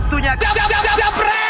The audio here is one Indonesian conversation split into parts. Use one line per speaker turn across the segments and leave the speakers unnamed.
Waktunya Japret!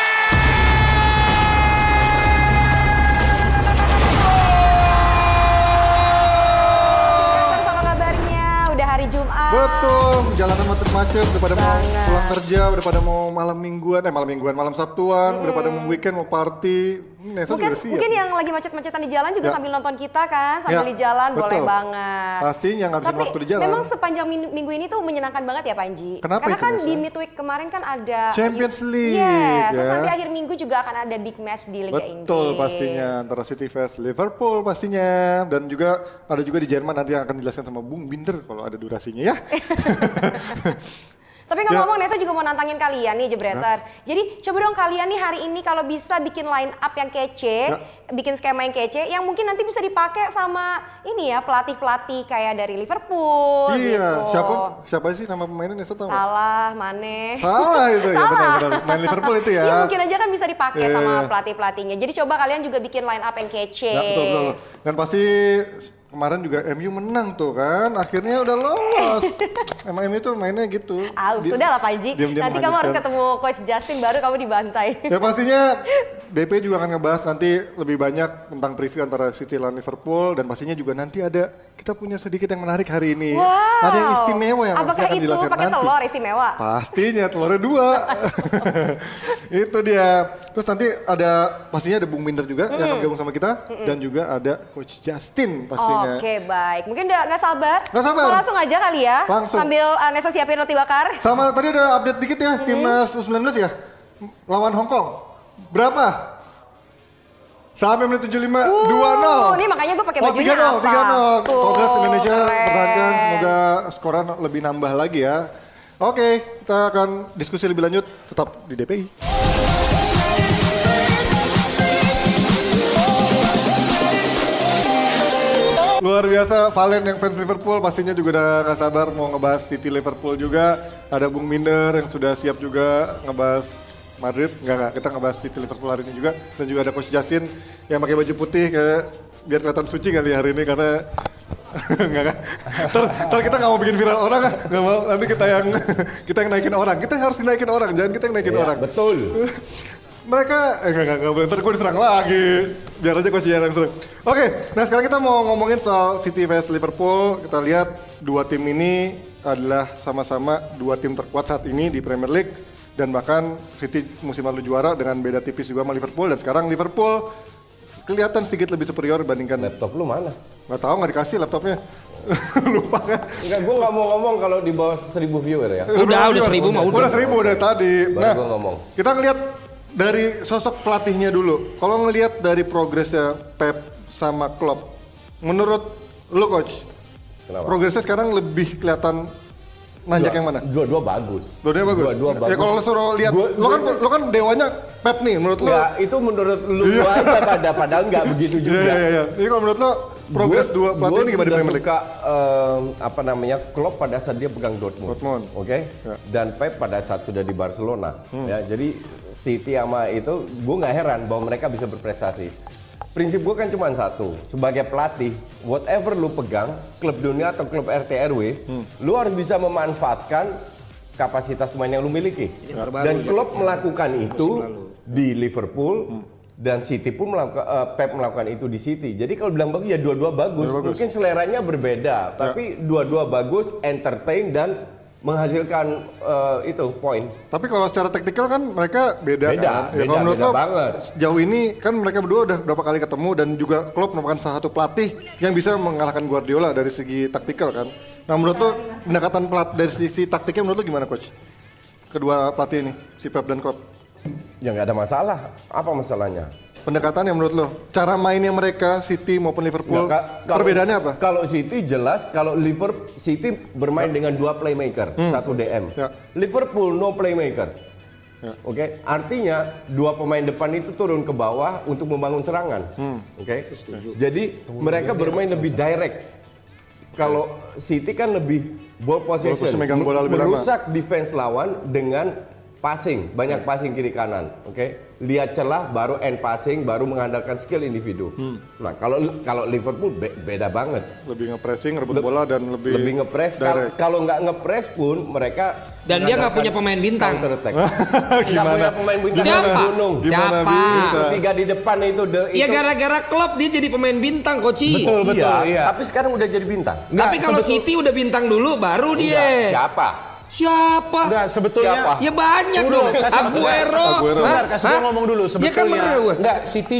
Sama kabarnya, udah hari Jumat.
Betul, jalanan macet-macet, udah pada mau pulang kerja, udah pada mau malam Sabtuan, udah pada mau weekend, mau party. Nesa juga siap.
Mungkin yang lagi macet-macetan di jalan juga sambil nonton kita kan, sambil di jalan
betul.
boleh banget.
Pastinya ngabisin waktu di jalan.
Memang sepanjang minggu ini tuh menyenangkan banget ya Panji.
Kenapa
Karena
itu,
kan
Nesa?
di midweek kemarin kan ada
Champions League,
terus
ya.
nanti akhir minggu juga akan ada big match di Liga Inggris.
Betul pastinya, antara City vs Liverpool pastinya. Dan juga ada juga di Jerman nanti yang akan dijelaskan sama Bung Binder kalau ada durasinya ya.
Tapi ngomong-ngomong Nesa juga mau nantangin kalian nih Jebreters. Jadi coba dong kalian nih hari ini kalau bisa bikin line up yang kece, bikin skema yang kece, yang mungkin nanti bisa dipakai sama ini ya pelatih-pelatih kayak dari Liverpool
Iya,
gitu.
siapa sih nama pemainnya Nesa tahu?
Salah, Mane.
Salah itu ya, benar-benar main Liverpool itu ya.
Iya mungkin aja kan bisa dipakai
Iya,
sama
iya.
pelatih-pelatihnya. Jadi coba kalian juga bikin line up yang kece.
Ya, betul. Dan pasti kemarin juga MU menang tuh kan, akhirnya udah lolos. Emang MU tuh mainnya gitu.
Sudah lah Panji, nanti kamu harus ketemu Coach Justin baru kamu dibantai.
Ya pastinya DP juga akan ngebahas nanti lebih banyak tentang preview antara City lawan Liverpool dan pastinya juga nanti ada kita punya sedikit yang menarik hari ini.
Wow.
Ada yang istimewa yang
Apakah
akan
itu
dijelaskan
pakai
nanti.
telur istimewa?
Pastinya telurnya 2. Itu dia. Terus nanti ada pastinya ada Bung Binder juga yang akan gabung sama kita dan juga ada Coach Justin pastinya.
Oke baik, mungkin udah nggak sabar.
Nggak sabar.
Mau langsung aja kali ya.
Langsung.
Sambil Nesa siapin roti bakar.
Sama tadi ada update dikit ya, timnas U19 ya, lawan Hong Kong. Berapa? Sampai menit 75, 2-0.
Ini makanya gue pakai bajunya
3-0,
apa?
3-0.
Tuh,
Congrats Indonesia,
keren.
pertahankan. Semoga skoran lebih nambah lagi ya. Oke, kita akan diskusi lebih lanjut, tetap di DPI. Luar biasa, Valen yang fans Liverpool pastinya juga udah gak sabar mau ngebahas City Liverpool juga. Ada Bung Minder yang sudah siap juga ngebahas Madrid. Enggak, kita ngebahas City Liverpool hari ini juga. Dan juga ada Coach Justin yang pakai baju putih kayak biar kelihatan suci kali hari ini karena enggak kan? Ntar kita nggak mau bikin viral orang, nggak mau. Nanti kita yang naikin orang. Kita harus dinaikin orang, jangan kita yang naikin orang.
Betul.
Mereka, enggak boleh, ntar gue diserang lagi. Biar aja Coach yang serang. Oke, nah sekarang kita mau ngomongin soal City vs Liverpool. Kita lihat dua tim ini adalah sama-sama dua tim terkuat saat ini di Premier League. Dan bahkan City musim lalu juara dengan beda tipis juga sama Liverpool. Dan sekarang Liverpool kelihatan sedikit lebih superior dibandingkan.
Laptop lu mana?
Gak tahu, nggak dikasih laptopnya. Lupa kan?
Enggak, gue nggak mau ngomong kalau di bawah 1000 viewer ya.
Udah 1000 mah udah.
Udah 1000 dari tadi.
Baru gua ngomong.
Kita ngelihat dari sosok pelatihnya dulu. Kalau ngelihat dari progresnya Pep sama Klopp, menurut lu Coach,
Kenapa?
progresnya sekarang lebih kelihatan nanjak yang mana?
Dua-dua bagus.
Dua-duanya bagus.
Dua-dua bagus.
Ya kalau lu suruh lihat, lo kan dewanya Pep nih, menurut lu?
Enggak, itu menurut lu aja padahal nggak begitu juga.
Iya. Jadi kalau menurut lo progres dua pelatih ini gimana di Premier League?
Gue suka Klopp pada saat dia pegang Dortmund. Oke?
Ya.
Dan Pep pada saat sudah di Barcelona. Ya, jadi City sama itu gue nggak heran bahwa mereka bisa berprestasi. Prinsip gue kan cuma satu, sebagai pelatih, whatever lu pegang, klub dunia atau klub RT RW, lu harus bisa memanfaatkan kapasitas pemain yang lu miliki. Dan Klopp melakukan itu di Liverpool. Dan City pun Pep melakukan itu di City. Jadi kalau bilang bagus ya dua-dua bagus. Mungkin seleranya berbeda, tapi dua-dua bagus, entertain dan menghasilkan itu poin.
Tapi kalau secara taktikal kan mereka beda kan?
Beda,
kalau menurut
beda
lo,
banget.
Jauh ini kan mereka berdua udah berapa kali ketemu dan juga Klopp merupakan salah satu pelatih yang bisa mengalahkan Guardiola dari segi taktikal kan. Nah menurut lo pendekatan dari sisi taktiknya menurut lo gimana Coach? Kedua pelatih ini, si Pep dan Klopp.
Ya nggak ada masalah. Apa masalahnya?
Pendekatan yang menurut lo, cara mainnya mereka City maupun Liverpool, perbedaannya apa?
Kalau City jelas, kalau City bermain dengan dua playmaker, satu DM.
Ya.
Liverpool no playmaker.
Ya.
Oke, artinya dua pemain depan itu turun ke bawah untuk membangun serangan. Oke, jadi mereka bermain lebih direct. Kalau City kan lebih ball possession,
megang bola lebih lama.
merusak defense lawan dengan banyak passing kiri kanan, oke? Lihat celah, baru end passing, baru mengandalkan skill individu. Nah, kalau Liverpool beda banget.
Lebih nge-pressing, rebut bola dan
Lebih nge-press. Kalau nggak nge-press pun mereka
Dan dia nggak punya pemain bintang.
Counter attack. Nggak punya pemain bintang.
Siapa?
Siapa? Tiga di depan itu.
Ya gara-gara Klopp dia jadi pemain bintang, Koci.
Betul. Iya.
Tapi sekarang udah jadi bintang.
Tapi kalau City udah bintang dulu, baru dia. Siapa?
Enggak, sebetulnya
Ya banyak dong. Aguero.
Sebentar, kasih gue ngomong dulu.
Dia kan
Sebetulnya
bener,
enggak,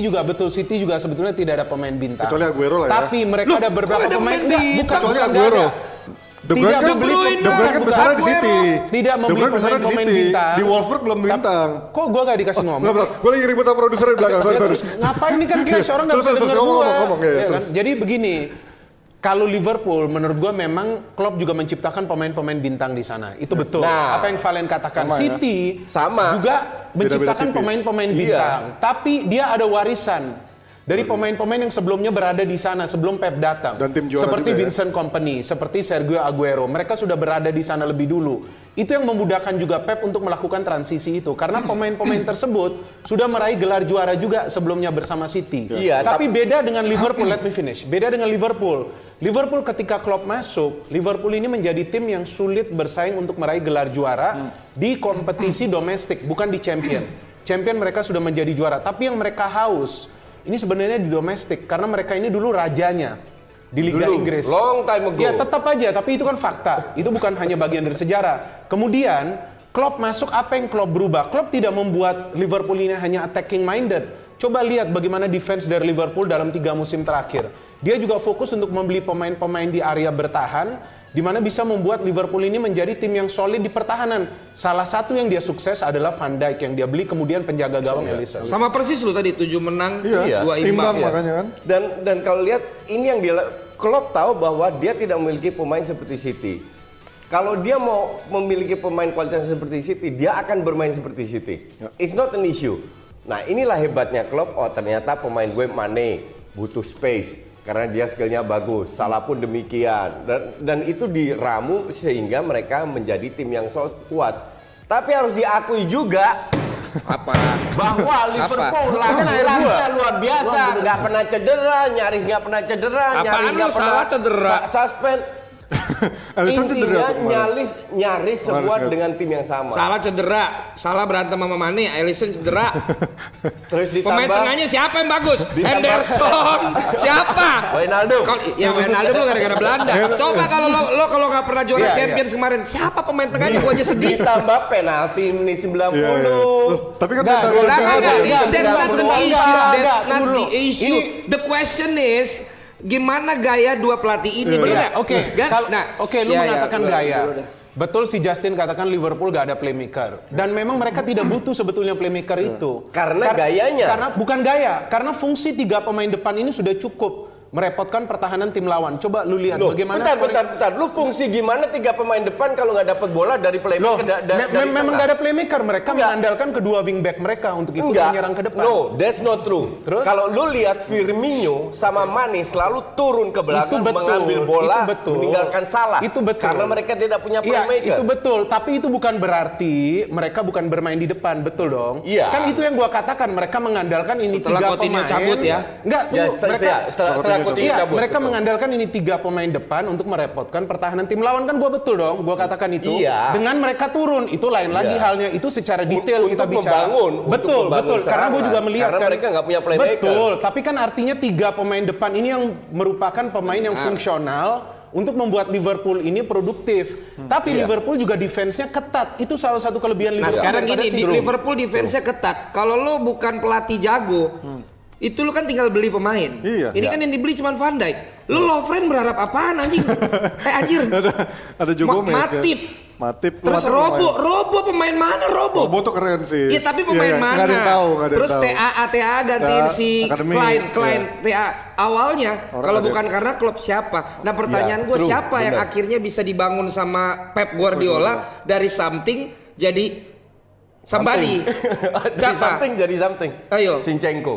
City juga sebetulnya tidak ada pemain bintang.
Kecuali Aguero lah ya.
Tapi mereka ada beberapa
ada
pemain
pemain bintang.
Kecuali
bukan
Aguero.
De Bruyne
kan besarnya di City.
Tidak membeli pemain bintang.
Di Wolfsburg belum bintang.
Kok gue gak dikasih ngomong?
Gue lagi ribut sama produser di belakang. Sorry.
Ngapain nih kan kira orang gak bisa denger
ngomong.
Ya kan? Jadi begini. Kalau Liverpool, menurut gue memang Klopp juga menciptakan pemain-pemain bintang di sana. Itu betul.
Nah,
apa yang Valen katakan, City juga menciptakan pemain-pemain bintang. Tapi dia ada warisan dari pemain-pemain yang sebelumnya berada di sana sebelum Pep datang.
Dan tim juara
seperti
juga,
Vincent Kompany, seperti Sergio Aguero. Mereka sudah berada di sana lebih dulu. Itu yang memudahkan juga Pep untuk melakukan transisi itu. Karena pemain-pemain tersebut sudah meraih gelar juara juga sebelumnya bersama City.
Iya,
Tapi beda dengan Liverpool, let me finish. Beda dengan Liverpool. Liverpool ketika Klopp masuk, Liverpool ini menjadi tim yang sulit bersaing untuk meraih gelar juara di kompetisi domestik, bukan di Champion. Champion mereka sudah menjadi juara, tapi yang mereka haus ini sebenarnya di domestik karena mereka ini dulu rajanya di Liga Inggris.
Long time ago.
Ya tetap aja, tapi itu kan fakta. Itu bukan hanya bagian dari sejarah. Kemudian Klopp masuk, apa yang Klopp berubah? Klopp tidak membuat Liverpool ini hanya attacking minded. Coba lihat bagaimana defense dari Liverpool dalam 3 musim terakhir. Dia juga fokus untuk membeli pemain-pemain di area bertahan, di mana bisa membuat Liverpool ini menjadi tim yang solid di pertahanan. Salah satu yang dia sukses adalah Van Dijk yang dia beli, kemudian penjaga gawang Alisson.
Sama persis lu tadi 7 menang, 2
imbang
imbang.
makanya kan.
Dan kalau lihat ini yang dia Klopp tahu bahwa dia tidak memiliki pemain seperti City. Kalau dia mau memiliki pemain kualitas seperti City, dia akan bermain seperti City. It's not an issue. Nah, inilah hebatnya Klopp. Oh, ternyata pemain gue Mane butuh space karena dia skillnya bagus. Salah pun demikian. Dan itu diramu sehingga mereka menjadi tim yang kuat. Tapi harus diakui juga bahwa Liverpool latihannya luar biasa, nggak pernah cedera, nyaris nggak pernah cedera, nyaris nggak pernah suspend. Intinya nyaris sebuah dengan tim yang sama.
Salah cedera, salah berantem sama Mane, Alisson cedera.
Terus ditambah
pemain tengahnya siapa yang bagus? Henderson. Siapa?
Wijnaldum.
Ya Wijnaldum lu gara-gara Belanda. Coba kalau lo kalau nggak pernah juara Champions kemarin, siapa pemain tengahnya? Gua aja sedih.
Ditambah penalti menit 90.
Tapi kan
That's not the issue. The question is gimana gaya dua pelatih ini?
Lu mengatakan gaya. Betul si Justin katakan Liverpool gak ada playmaker. Dan memang mereka tidak butuh sebetulnya playmaker itu.
Karena gayanya.
Karena bukan gaya. Karena fungsi 3 pemain depan ini sudah cukup merepotkan pertahanan tim lawan. Coba lu lihat bagaimana.
Bentar. Lu fungsi gimana 3 pemain depan kalau nggak dapat bola dari playmaker?
Memang nggak ada playmaker. Mereka mengandalkan kedua wingback mereka untuk ikut menyerang ke depan.
No, that's not true. Kalau lu lihat Firmino sama Mane selalu turun ke belakang mengambil bola, meninggalkan Salah.
Itu betul.
Karena mereka tidak punya playmaker.
Itu betul. Tapi itu bukan berarti mereka bukan bermain di depan, betul dong?
Iya.
Kan itu yang gua katakan. Mereka mengandalkan ini
setelah
3 pemain.
cabut ya?
Enggak,
setelah
mereka mengandalkan ini 3 pemain depan untuk merepotkan pertahanan tim lawan, kan gua betul dong, gua katakan itu.
Iya.
Dengan mereka turun, itu lain lagi halnya, itu secara detail kita bicara.
Betul.
Karena gua juga melihat
karena mereka nggak punya playmaker.
Betul, tapi kan artinya 3 pemain depan ini yang merupakan pemain yang fungsional untuk membuat Liverpool ini produktif. Tapi Liverpool juga defense-nya ketat. Itu salah satu kelebihan Liverpool.
Nah sekarang gini, Liverpool defense-nya ketat. Kalau lo bukan pelatih jago, itu lu kan tinggal beli pemain. Ini kan yang dibeli cuma Van Dijk. Lu Lovren berharap apaan anjing? Anjir.
Ada juga
Matip. Terus Robo pemain mana Robo?
Robo tuh keren sih.
Iya tapi pemain mana?
Nggak ada yang tahu.
Terus TAA gantiin si Klein TA awalnya. Kalau bukan karena klub siapa? Nah pertanyaan gue siapa yang akhirnya bisa dibangun sama Pep Guardiola dari something jadi somebody.
Jadi something. Ayo.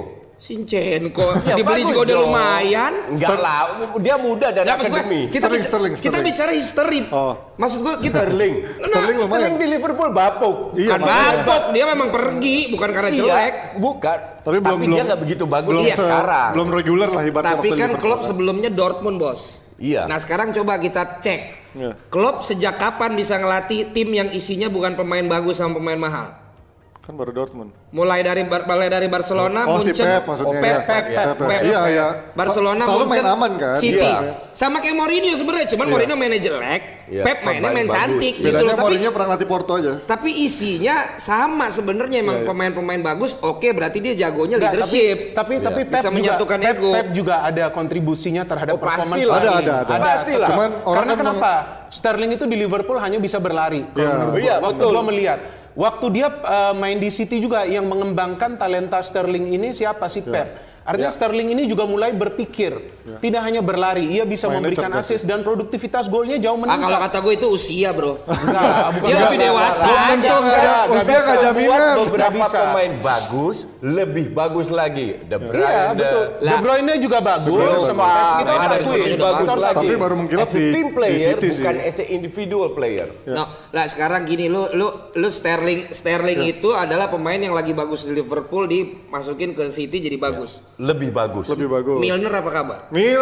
Sinchenko
Ya,
dibeli
bagus
juga udah
dong.
lumayan.
Enggak lah, dia muda dari
Nggak, maksud gua,
akademi.
kita bicara history. Maksud gua kita
Sterling
lumayan.
Sterling di Liverpool bapuk.
Bukan bapuk, dia memang pergi, bukan karena jelek.
Bukan.
Tapi
dia nggak begitu bagus sekarang.
Belum reguler lah ibaratnya.
Tapi
waktu
kan
Liverpool.
Klopp sebelumnya Dortmund, Bos.
Iya.
Nah, sekarang coba kita cek.
Iya.
Klopp sejak kapan bisa ngelatih tim yang isinya bukan pemain bagus sama pemain mahal?
Kan baru Dortmund.
Mulai dari Barcelona,
Oh, si
Munchen,
Pep maksudnya,
Pep.
Iya.
Barcelona,
Selalu main
Munchen,
aman kan?
City.
Iya.
Sama kayak Mourinho sebenarnya, cuman Mourinho mainnya jelek,
Iya,
Pep mainnya main
bagus.
cantik gitu
Bedanya
loh. Tapi
Mourinho pernah ngelatih Porto aja.
tapi isinya sama sebenarnya emang pemain-pemain bagus. Oke, berarti dia jagonya
Nggak,
leadership.
Tapi Pep
Bisa
juga,
menyatukan ego.
Pep juga ada kontribusinya terhadap performance
pastilah.
Sterling.
Ada.
Pastilah.
Cuman orang
Karena
kan
kenapa? Sterling itu di Liverpool hanya bisa berlari. Kalau
Iya.
menurut
Iya,
gua. Waktu
betul.
gua melihat, waktu dia main di City juga yang mengembangkan talenta Sterling ini siapa sih Pep? Artinya Sterling ini juga mulai berpikir, tidak hanya berlari, ia bisa
Mainnya
memberikan
cerdas,
assist dan produktivitas golnya jauh
Kalau
meningkat.
kata gue itu usia, Bro.
Enggak, bukan
Dia lebih
enggak.
dewasa
Belum
aja.
tentu nggak ada. Usia nggak jaminan.
Buat beberapa
Nggak bisa.
pemain bagus, lebih bagus lagi. De Bruyne.
Iya, betul. De
Lah.
Bruyne juga bagus.
Bruyne
Sama Pep, kita harus
Ada
akui.
lebih
lebih bagus
bagus.
lagi.
Tapi baru mengkilap
as a
di-
team
di
player,
City sih.
bukan as a individual player.
No, lah sekarang gini, lu Sterling itu adalah pemain yang lagi bagus di Liverpool, dimasukin ke City jadi bagus.
Lebih bagus.
Lebih bagus.
Milner apa kabar?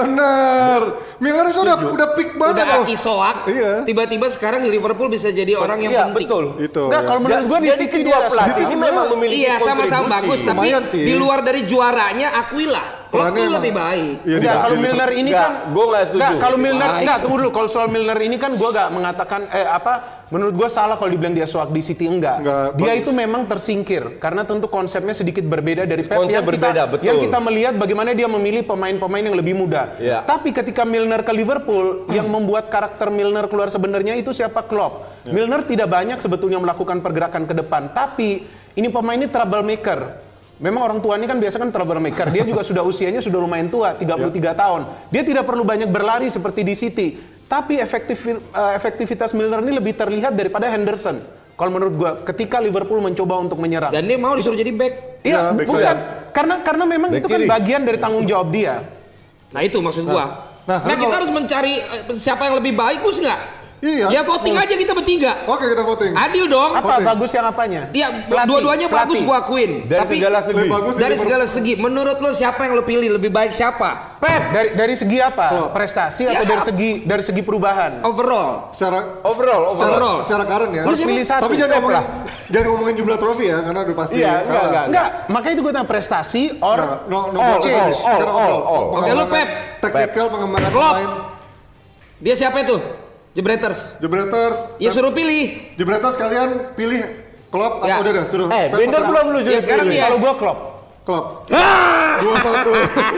Milner itu udah peak banget.
Udah
loh.
aki soak,
Iya.
tiba-tiba sekarang di Liverpool bisa jadi orang yang
Iya,
penting.
betul.
Itu.
Enggak,
ya.
kalau menurut gua di
Jadi
City
kedua
dia
pelatih
City
ini
sebenarnya-
memang memiliki
Iya, sama-sama
kontribusi.
bagus, tapi
Lumayan sih.
di luar dari juaranya akuilah. Klopp
Perannya
tuh
emang-
lebih baik.
Iya,
Enggak,
di-
kalau
di-
Milner ini
Enggak,
kan
gua nggak setuju.
Enggak, kalau Milner
Baik.
enggak, tunggu dulu. Kalau soal Milner ini kan gua enggak mengatakan menurut gua salah kalau dibilang dia soak di City enggak.
Enggak,
Dia
bagus.
itu memang tersingkir karena tentu konsepnya sedikit berbeda dari Pep
Konsep berbeda, betul.
yang kita melihat bagaimana dia memilih pemain-pemain yang lebih muda.
Iya.
Tapi ketika Milner ke Liverpool, yang membuat karakter Milner keluar sebenarnya itu siapa? Klopp. Milner tidak banyak sebetulnya melakukan pergerakan ke depan, tapi ini pemain ini troublemaker. Memang orang tuanya kan biasa kan troublemaker. Dia juga sudah usianya sudah lumayan tua, 33 tahun. Dia tidak perlu banyak berlari seperti di City. Tapi efektivitas Milner ini lebih terlihat daripada Henderson. Kalau menurut gua, ketika Liverpool mencoba untuk menyerang.
Dan dia mau disuruh jadi back.
Iya,
Ya, back
bukan.
sayap.
Karena memang
Back
itu kan
kiri.
bagian dari tanggung jawab dia.
Nah itu maksud gua.
Nah,
Nah, kita
kalau-
harus mencari siapa yang lebih bagus nggak?
Iya.
Ya voting aja kita bertiga.
Oke, kita voting.
Adil dong.
Apa
Oke.
bagus yang apanya?
Ya,
Pelatih,
dua-duanya bagus
pelatih.
gua akuin.
Dari
Tapi
segala segi.
Lebih bagus di
dari
Liverpool.
segala segi, menurut lo siapa yang lo pilih lebih baik siapa?
Pep dari segi apa?
Klopp.
Prestasi atau
Ya.
dari segi perubahan?
Overall.
Overall.
Secara current ya.
Lu siapa?
Pilih satu.
Tapi jangan
Pep
ngomongin,
lah.
jangan ngomongin jumlah trofi ya, karena udah pasti
Iya,
kalah.
Enggak, makanya itu gue tanya prestasi or
No,
change.
all.
Oke, lu Pep.
Teknikal pengembangan
Klopp.
pemain.
Dia siapa itu? Jebreters.
Jebreters.
Ya suruh pilih.
Jebreters kalian pilih Klopp
Ya.
atau udah dah suruh. Pep
Bender
atau-
belum lu
Ya sekarang dia.
Kalau gue Klopp.
Klopp. 2-1.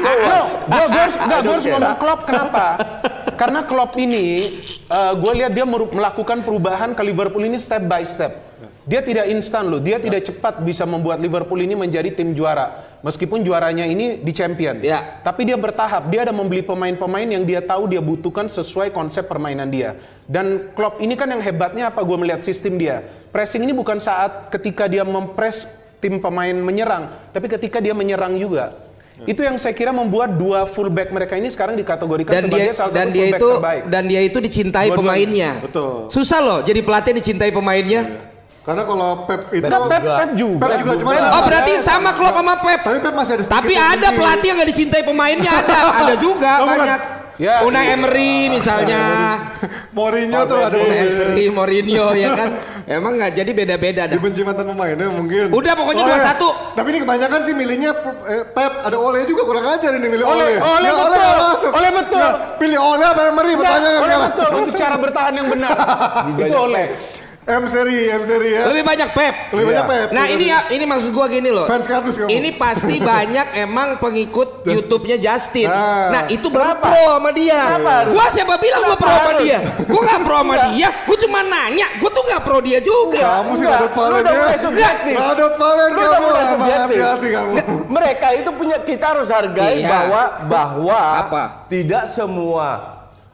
Gue harus ngomong Klopp. Kenapa? Karena Klopp ini, gue lihat dia melakukan perubahan ke Liverpool ini step by step. Dia tidak instan loh, dia tidak cepat bisa membuat Liverpool ini menjadi tim juara. Meskipun juaranya ini di Champion.
Ya.
Tapi dia bertahap, dia ada membeli pemain-pemain yang dia tahu dia butuhkan sesuai konsep permainan dia. Dan Klopp ini kan yang hebatnya apa gue melihat sistem dia. Pressing ini bukan saat ketika dia mempres tim pemain menyerang, tapi ketika dia menyerang juga. Itu yang saya kira membuat dua fullback mereka ini sekarang dikategorikan sebagai salah satu fullback terbaik.
Dan dia itu dicintai
Dua-duanya.
pemainnya.
Betul.
Susah loh jadi pelatih dicintai pemainnya.
Karena kalau Pep itu
Kan Pep juga.
Pep juga cuma
Oh berarti sama Klopp sama Pep.
Tapi Pep masih ada sedikit
Tapi
yang
ada
tinggi.
pelatih yang gak dicintai pemainnya ada juga
Oh, bukan.
banyak.
Ya.
Unai Emery misalnya.
Mourinho tuh ada
Unai Emery, Mourinho ya kan. Emang nggak jadi beda-beda dah.
dibenci mantan pemainnya mungkin.
Udah, pokoknya
Oh,
2-1.
ya. Tapi ini kebanyakan sih milihnya Pep, ada Ole juga kurang ajar ini milih Ole.
Ole
Ya,
betul.
nggak masuk.
Ole betul.
Nah, pilih Ole apa Emery pertanyaannya
Oleh
sekarang.
betul untuk cara bertahan yang benar. Itu oleh.
M seri ya.
Lebih banyak Pep.
Lebih banyak Pep.
Nah ini maksud gua gini loh.
Fans kardus kamu.
Ini pasti banyak emang pengikut YouTube-nya Justin.
Nah.
Nah itu baru pro sama dia. Gua siapa bilang gua pro sama dia? Gua nggak pro sama dia. Gua cuma nanya. Gua tuh nggak pro dia juga.
Kamu sih Radot Valen ya.
subjektif.
Radot Valen
Lu udah
kamu
mulai
lah.
subjektif.
Hati-hati kamu.
Mereka itu punya, kita harus hargai
Iya.
bahwa
Apa?
tidak semua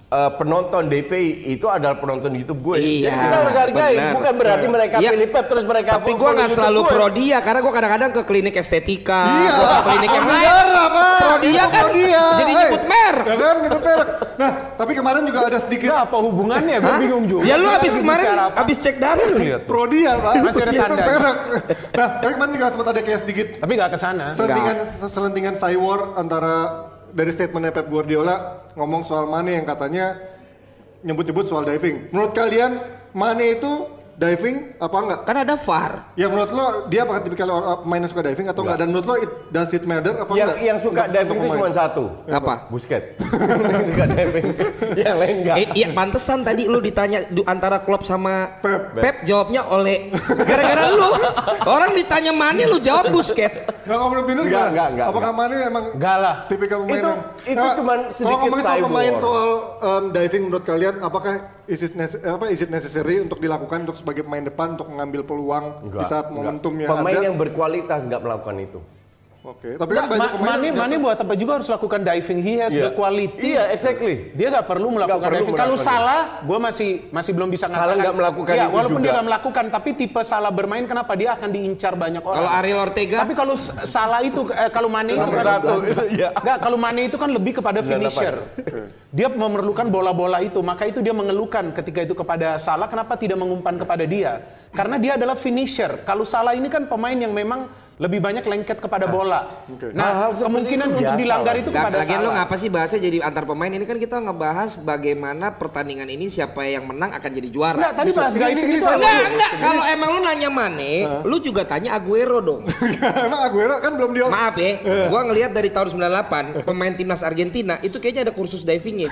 penonton DPI itu adalah penonton YouTube gue.
Iya,
jadi kita harus hargai.
bener.
Bukan berarti mereka
Iya.
pilih Pep terus mereka
Tapi gue
follow
nggak
YouTube
selalu
gue.
pro dia karena gue kadang-kadang ke klinik estetika,
Iya.
gua ke klinik yang lain.
Negara, Pak.
Pro dia
Itu
kan
pro dia.
jadi
Hey.
nyebut merek.
Ya kan, nyebut merek. Nah, tapi kemarin juga ada sedikit
Nggak, apa hubungannya? Gue bingung juga.
Ya lu abis kemarin
Bicara apa?
abis cek darah lu lihat.
pro dia, Pak.
Masih ada
Itu
tanda.
merek. Nah, tapi kemarin juga sempat ada kayak sedikit
Tapi nggak ke sana.
selentingan cywar antara dari statementnya Pep Guardiola ngomong soal Mane yang katanya nyebut-nyebut soal diving. Menurut kalian Mane itu diving apa enggak?
Kan ada VAR.
Ya menurut lo dia apakah tipikal pemain yang suka diving atau enggak? Dan menurut lo does it matter apa enggak?
Yang suka
Untuk
diving itu
pemain?
cuma satu.
Apa?
Busquets. Yang suka diving. Yang lain enggak.
Iya pantesan tadi lu ditanya antara Klopp sama
Pep.
Pep jawabnya oleh gara-gara lu. Orang ditanya Mane lu jawab Busquets.
Enggak ngomong bener
Enggak.
Apakah Mane emang
Enggak lah.
tipikal pemain yang
Itu cuman
kalau
sedikit
ngomongin soal pemain
cywar.
soal diving menurut kalian apakah is it necessary untuk dilakukan untuk sebagai pemain depan untuk mengambil peluang di saat momentumnya
Pemain
ada?
yang berkualitas nggak melakukan itu.
Oke, tapi kan banyak pemain
Mane buat apa juga harus lakukan diving? He has the quality.
Iya, exactly.
Dia nggak perlu melakukan
perlu
diving. Kalau
melakukan
salah, gue masih belum bisa
Salah
ngatakan.
nggak melakukan
Iya,
itu
walaupun dia
juga.
nggak melakukan, tapi tipe salah bermain kenapa dia akan diincar banyak orang.
Kalau Ariel Ortega
Tapi kalau salah itu, kalau Mane itu
Nomor
kan,
satu. Iya.
Nggak, kalau Mane itu kan lebih kepada
98.
finisher. Dia memerlukan bola-bola itu, maka itu dia mengeluhkan ketika itu kepada Salah, kenapa tidak mengumpan kepada dia? Karena dia adalah finisher. Kalau Salah ini kan pemain yang memang lebih banyak lengket kepada bola. Nah,
Hal-hal seperti
kemungkinan
itu
untuk
biasa
dilanggar
lah.
itu kepada
Lagian lu
Salah.
ngapa sih bahasnya jadi antar pemain ini kan kita ngebahas bagaimana pertandingan ini siapa yang menang akan jadi juara.
Enggak, tadi bahas diving itu apa?
Enggak, kalau emang lu nanya Mane, lu juga tanya Aguero dong.
Emang Aguero kan belum dia.
Maaf ya, gua ngelihat dari tahun 98 pemain timnas Argentina itu kayaknya ada kursus divingnya.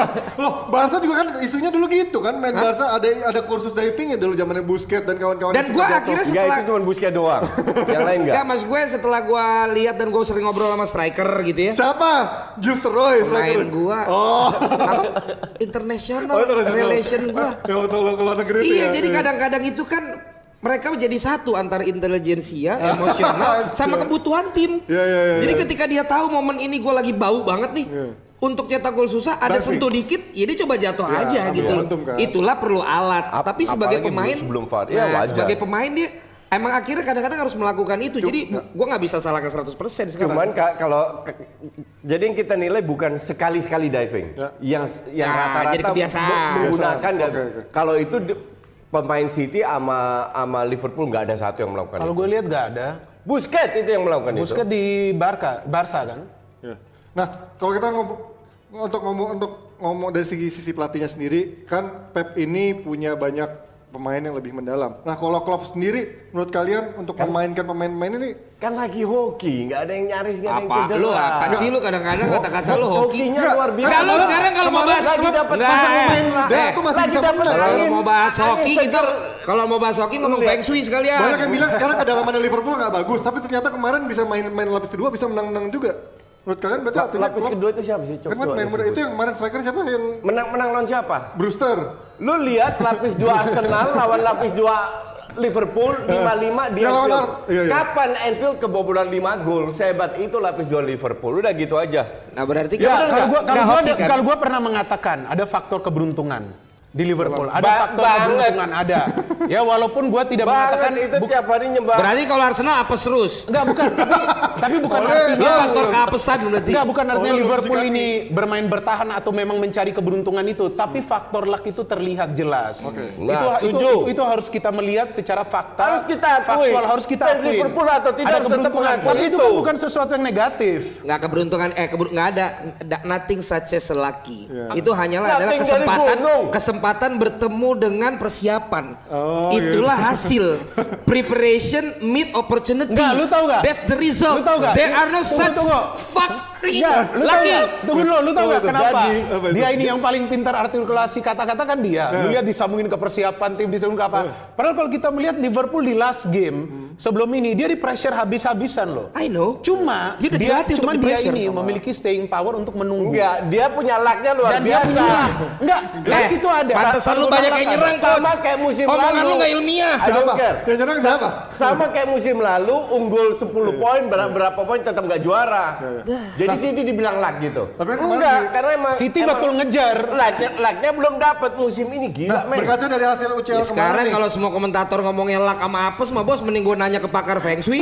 Loh, Barca juga kan isunya dulu gitu kan, main Barca ada kursus divingnya dulu zamannya Busquets dan kawan-kawan.
Dan gua akhirnya
Enggak, itu cuma Busquets doang. Yang lain enggak.
Enggak, mas gue setelah gue lihat dan gue sering ngobrol sama striker gitu ya.
Siapa? Just Roy,
Pemain gue,
Oh.
international
international.
relation gue.
Yang waktu lo ke luar negeri itu
Iya,
ya.
jadi kadang-kadang itu kan mereka menjadi satu antara intelijensia, emosional, sama kebutuhan tim.
Iya.
Jadi ketika dia tahu momen ini gue lagi bau banget nih, untuk cetak gol susah, ada
Diving.
sentuh dikit, ya dia coba jatuh
Ya,
aja
ambil
gitu loh.
momentum kan.
Itulah perlu alat. Tapi sebagai
apalagi
pemain,
sebelum VAR. Ya, wajar.
sebagai pemain dia emang akhirnya kadang-kadang harus melakukan itu. Jadi gue nggak bisa salahkan 100% sekarang.
Cuman jadi yang kita nilai bukan sekali-sekali diving. Yang
Ya,
rata-rata
jadi kebiasaan.
menggunakan dan
Oke.
kalau itu pemain City sama Liverpool nggak ada satu yang melakukan
Kalau
itu.
gue lihat nggak ada.
Busquets itu yang melakukan
Busquets
itu.
di Barca kan?
Ya. Nah, kalau kita ngomong dari sisi pelatihnya sendiri, kan Pep ini punya banyak pemain yang lebih mendalam. Nah, kalau Klopp sendiri, menurut kalian untuk memainkan pemain-pemain ini
Kan lagi hoki, nggak ada yang nyaris, nggak ada yang
Apa
cedera.
lu apa sih lu kadang-kadang kata-kata lu hoki?
Hokinya
Nggak,
luar biasa.
Enggak, lu sekarang kalau mau bahas
lagi dapat
Nggak,
pasang pemain muda tuh masih
lagi
bisa
dapat
menang.
Kalau
angin.
mau bahas hoki
Angin
kita
segar.
kalau mau bahas hoki ngomong feng shui sekalian.
banyak yang bilang sekarang kedalamannya Liverpool nggak bagus, tapi ternyata kemarin bisa main lapis kedua bisa menang-menang juga. Menurut kalian berarti artinya
Lapis
Klopp-
kedua itu siapa sih?
Kan main muda itu yang kemarin striker siapa yang
menang lawan siapa?
Brewster?
Lu lihat lapis 2 Arsenal lawan lapis 2 Liverpool 5-5 di
Yang lawan
Anfield.
iya.
Kapan Anfield kebobolan 5 gol? Sehebat itu lapis 2 Liverpool. Udah gitu aja.
Nah, berarti
Ya,
kan
kalau gua pernah mengatakan ada faktor keberuntungan di Liverpool. Ada faktor
banget.
keberuntungan ada. Ya walaupun gua tidak mengatakan
Banget itu tiap hari nyembah.
berarti kalau Arsenal apes terus.
enggak bukan, tapi bukan
Boleh,
artinya
Dia faktor keapesan berarti.
Enggak, bukan artinya
lu
Liverpool
mesti
ini bermain bertahan atau memang mencari keberuntungan itu, tapi faktor luck itu terlihat jelas.
Nah, setuju.
Itu harus kita melihat secara fakta.
Harus kita akui.
Faktual harus kita
Fans
akui.
Liverpool atau tidak
ada
harus tetap
keberuntungan.
mengakui
Tapi itu
itu.
kan bukan sesuatu yang negatif.
Nggak keberuntungan nggak ada nothing such as lucky. Itu hanyalah adalah
Nothing dari gunung.
kesempatan bertemu dengan persiapan. Itulah hasil preparation meet opportunity.
Nggak, lu tahu nggak?
That's the result.
Lu tahu nggak?
There are no such
Tunggu.
fucking
Enggak, lu tahu
lucky.
nggak? Tunggu dulu, lu tahu nggak kenapa?
Jadi, apa itu?
Dia ini yang paling pintar artikulasi kata-kata kan dia. Lu lihat disambungin ke persiapan tim, disambungin ke apa. Padahal kalau kita melihat Liverpool di last game sebelum ini dia di pressure habis-habisan loh.
I know.
Cuma
Dia udah dilatih untuk
dia
di-pressure.
ini memiliki staying power untuk menunggu.
Enggak, dia punya lucknya luar
Dan dia
biasa.
punya enggak, luck itu ada.
Pantesan lu banyak yang nyerang,
Sama
coach.
kayak musim
Omongan
lalu.
lu nggak ilmiah.
I don't care.
Yang nyerang siapa?
Sama kayak musim lalu unggul 10 poin berapa poin tetap nggak juara. Jadi Jadi City dibilang lag gitu.
Tapi
enggak, karena emang
City betul ngejar.
Lagnya belum dapat musim ini, gila men.
Berkaca dari hasil UCL
Sekarang
kemarin
kalau semua komentator ngomongnya lag sama apes mah bos, mending gue nanya ke pakar Feng Shui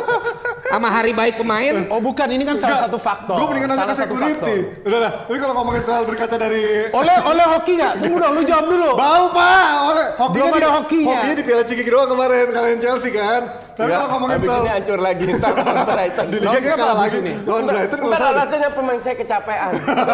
sama hari baik pemain.
Oh bukan, ini kan salah satu faktor.
Gue mendingan nanya ke security. Udah lah, tapi kalau ngomongin soal berkaca dari
Oleh hoki nggak? Tunggu dong, lu jawab dulu.
Bau pak,
Belum ada hokinya.
Hokinya di Piala Ciki doang kemarin kalian Chelsea kan. Tapi kalau ngomongin
habis
soal
ini hancur lagi ntar lawan Brighton.
di Liga kayak kalah lagi nih. Lawan Brighton nggak
Ntar
usah.
alasannya pemain saya kecapean.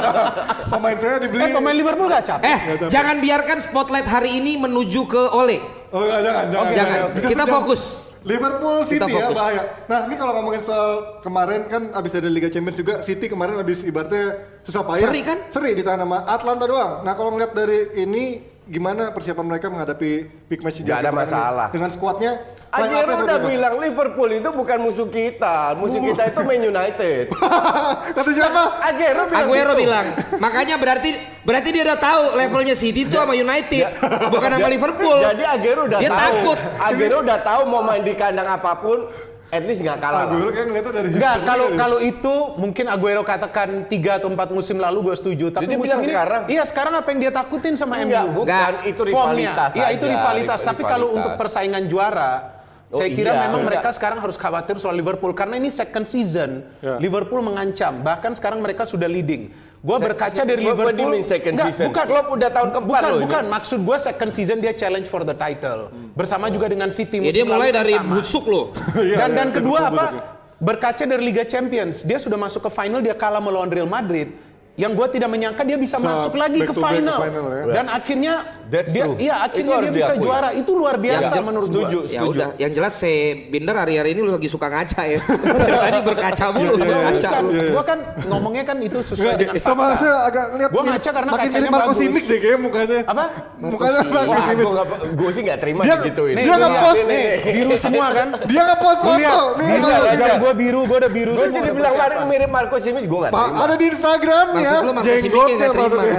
Pemain saya dibeli.
Pemain Liverpool nggak capek?
Jangan biarkan spotlight hari ini menuju ke Ole.
Oh jangan.
Jangan.
Bisa
Kita
sejam.
fokus.
Liverpool City
Kita
ya
fokus.
bahaya. Nah ini kalau ngomongin soal kemarin kan abis ada Liga Champions juga, City kemarin abis ibaratnya susah payah.
Seri kan?
Seri ditahan sama Atlanta doang. Nah kalau ngeliat dari ini gimana persiapan mereka menghadapi big match
Gak ada
kemarin
masalah.
dengan skuadnya?
Aguero udah bilang Liverpool itu bukan musuh kita. Musuh kita itu Man United.
Kata siapa?
Aguero bilang. Makanya berarti dia udah tahu levelnya City itu sama United, bukan sama Liverpool.
Jadi Aguero udah
Dia
tahu.
takut.
Aguero udah tahu mau main di kandang apapun, at least nggak kalah.
Aguero kayak ngeliatnya dari
Enggak,
history.
kalau itu mungkin Aguero katakan 3 atau 4 musim lalu gue setuju. Tapi
Jadi
musim
bilang
ini,
sekarang?
iya sekarang apa yang dia takutin sama
Enggak,
MU?
bukan, itu rivalitas
Iya itu
aja,
rivalitas. Tapi kalau
rivalitas.
untuk persaingan juara, saya kira
iya,
memang
enggak.
mereka sekarang harus khawatir soal Liverpool karena ini second season.
Ya.
Liverpool mengancam. Bahkan sekarang mereka sudah leading. Gue berkaca dari
What do you
Liverpool.
mean second
Enggak,
season?
bukan.
Klopp udah tahun keempat loh ini.
Bukan. Maksud gue second season dia challenge for the title. Bersama juga dengan City
Ya, dia
musim
mulai
lalu
dari
sama.
busuk loh.
Dan kedua
busuk
apa?
ya.
Berkaca dari Liga Champions, dia sudah masuk ke final, dia kalah melawan Real Madrid. Yang gue tidak menyangka dia bisa masuk lagi
back
ke
to back
final.
ke final, ya.
Dan akhirnya
That's
dia
true.
akhirnya
Itu
dia
harus
bisa
diakui.
juara. Itu luar biasa
Yang
menurut
setuju.
gue.
Ya udah, yang jelas Binder hari-hari ini lu lagi suka ngaca ya. Dari tadi berkaca mulu, berkaca lu.
Gue kan ngomongnya kan itu sesuai dengan
Sama
fakta.
saya agak ngeliat
Gua ngaca karena
makin
kacanya
mirip Marco
bagus.
Simic deh kayaknya mukanya.
Apa?
Mukanya Marco
Wah,
Simic.
gue sih nggak terima
Dia-
digituin.
Nih,
Dia
lu
nge-post
lihat,
nih.
biru semua kan?
Dia nge-post
Lu lihat,
foto. Nih,
Iya,
Marco
iya,
Simic.
gue biru, gue udah biru
Gue
semua.
sih dibilang mirip Marco Simic, gue nggak
Pak,
terima.
ada di Instagramnya.
Maksud lu Marco Simic
Jenggotnya
nggak terima
maksudnya.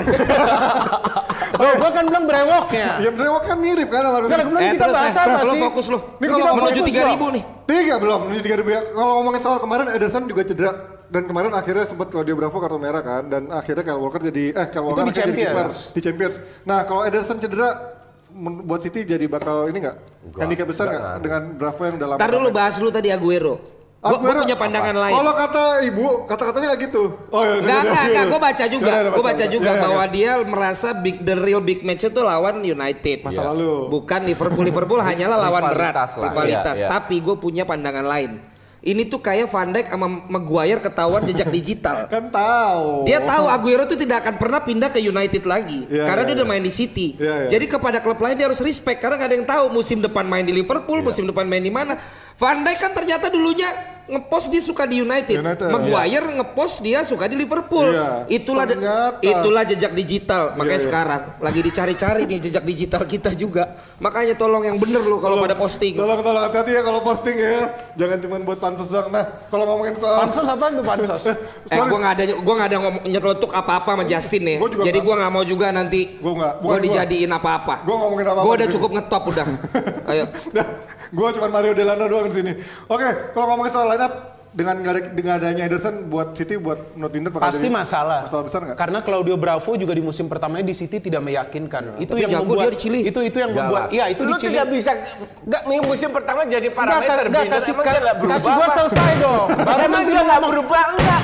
Gue kan bilang brewoknya.
Ya brewok kan mirip kan sama Marco
Kan
Simic.
belum kita
terus
bahas
ya,
apa
lu
sih?
fokus lu.
Ini kalau
Menuju
fokus
3.000 nih.
3 belum, ini 3.000 ya. Kalau ngomongin soal kemarin Ederson juga cedera. Dan kemarin akhirnya sempat Claudio Bravo kartu merah kan. Dan akhirnya Kyle Walker jadi, Kyle Walker
di
akhirnya jadi kiper
Champions.
di Champions. Nah kalau Ederson cedera, buat City jadi bakal ini nggak? Handicap besar nggak dengan Bravo yang udah lama?
Ntar dulu bahas dulu tadi Aguero. Gue punya pandangan lain.
Kalau kata ibu, kata-katanya nggak gitu. Oh iya,
Enggak, gue baca juga. Gue baca juga
Ya,
bahwa
ya.
dia merasa the real big match itu lawan United.
Masa lalu.
Bukan Liverpool hanyalah lawan berat,
Rivalitas lah.
rivalitas.
Iya, iya.
Tapi gue punya pandangan lain. Ini tuh kayak Van Dijk sama Maguire ketahuan jejak digital.
Kan tahu.
Dia tahu Aguero itu tidak akan pernah pindah ke United lagi
Iya,
karena
iya,
dia udah
iya.
main di City.
Iya, iya.
Jadi kepada klub lain dia harus respect karena nggak ada yang tahu musim depan main di Liverpool, musim depan main di mana. Van Dijk kan ternyata dulunya ngepost dia suka di United. Maguire ngepost dia suka di Liverpool.
Iya. Ternyata.
Itulah jejak digital. Makanya
iya.
sekarang lagi dicari-cari nih jejak digital kita juga. Makanya tolong yang bener lu kalau pada posting.
Tolong hati-hati ya kalau posting ya. Jangan cuma buat pansos doang. Nah, kalau ngomongin soal
Pansos apa tuh pansos?
Gue nggak ada nyeteletuk apa-apa sama Justin ya.
Gua juga
Jadi
nggak.
gue nggak mau juga nanti
Gua nggak.
gue
Bukan
dijadiin apa-apa.
Gua ngomongin apa-apa
Gue udah
di sini.
cukup ngetop udah. Ayo.
Nah, gue cuma Mario Delano doang di sini. Oke, kalau ngomongin soal line up dengan adanya Ederson buat City buat menurut Binder bakal
Pasti
jadi
masalah.
Masalah besar nggak?
Karena Claudio Bravo juga di musim pertamanya di City tidak meyakinkan. Itu
Tapi
yang
jago
membuat
dia di Chili.
itu yang membuat iya itu
Lu
di Chili.
tidak bisa musim pertama jadi parameter.
Enggak,
Binder.
kasih
Emang dia nggak berubah
kasih gua
apa?
selesai dong. Baru
Emang
nanti
dia
lu
nggak
ngomong.
berubah enggak?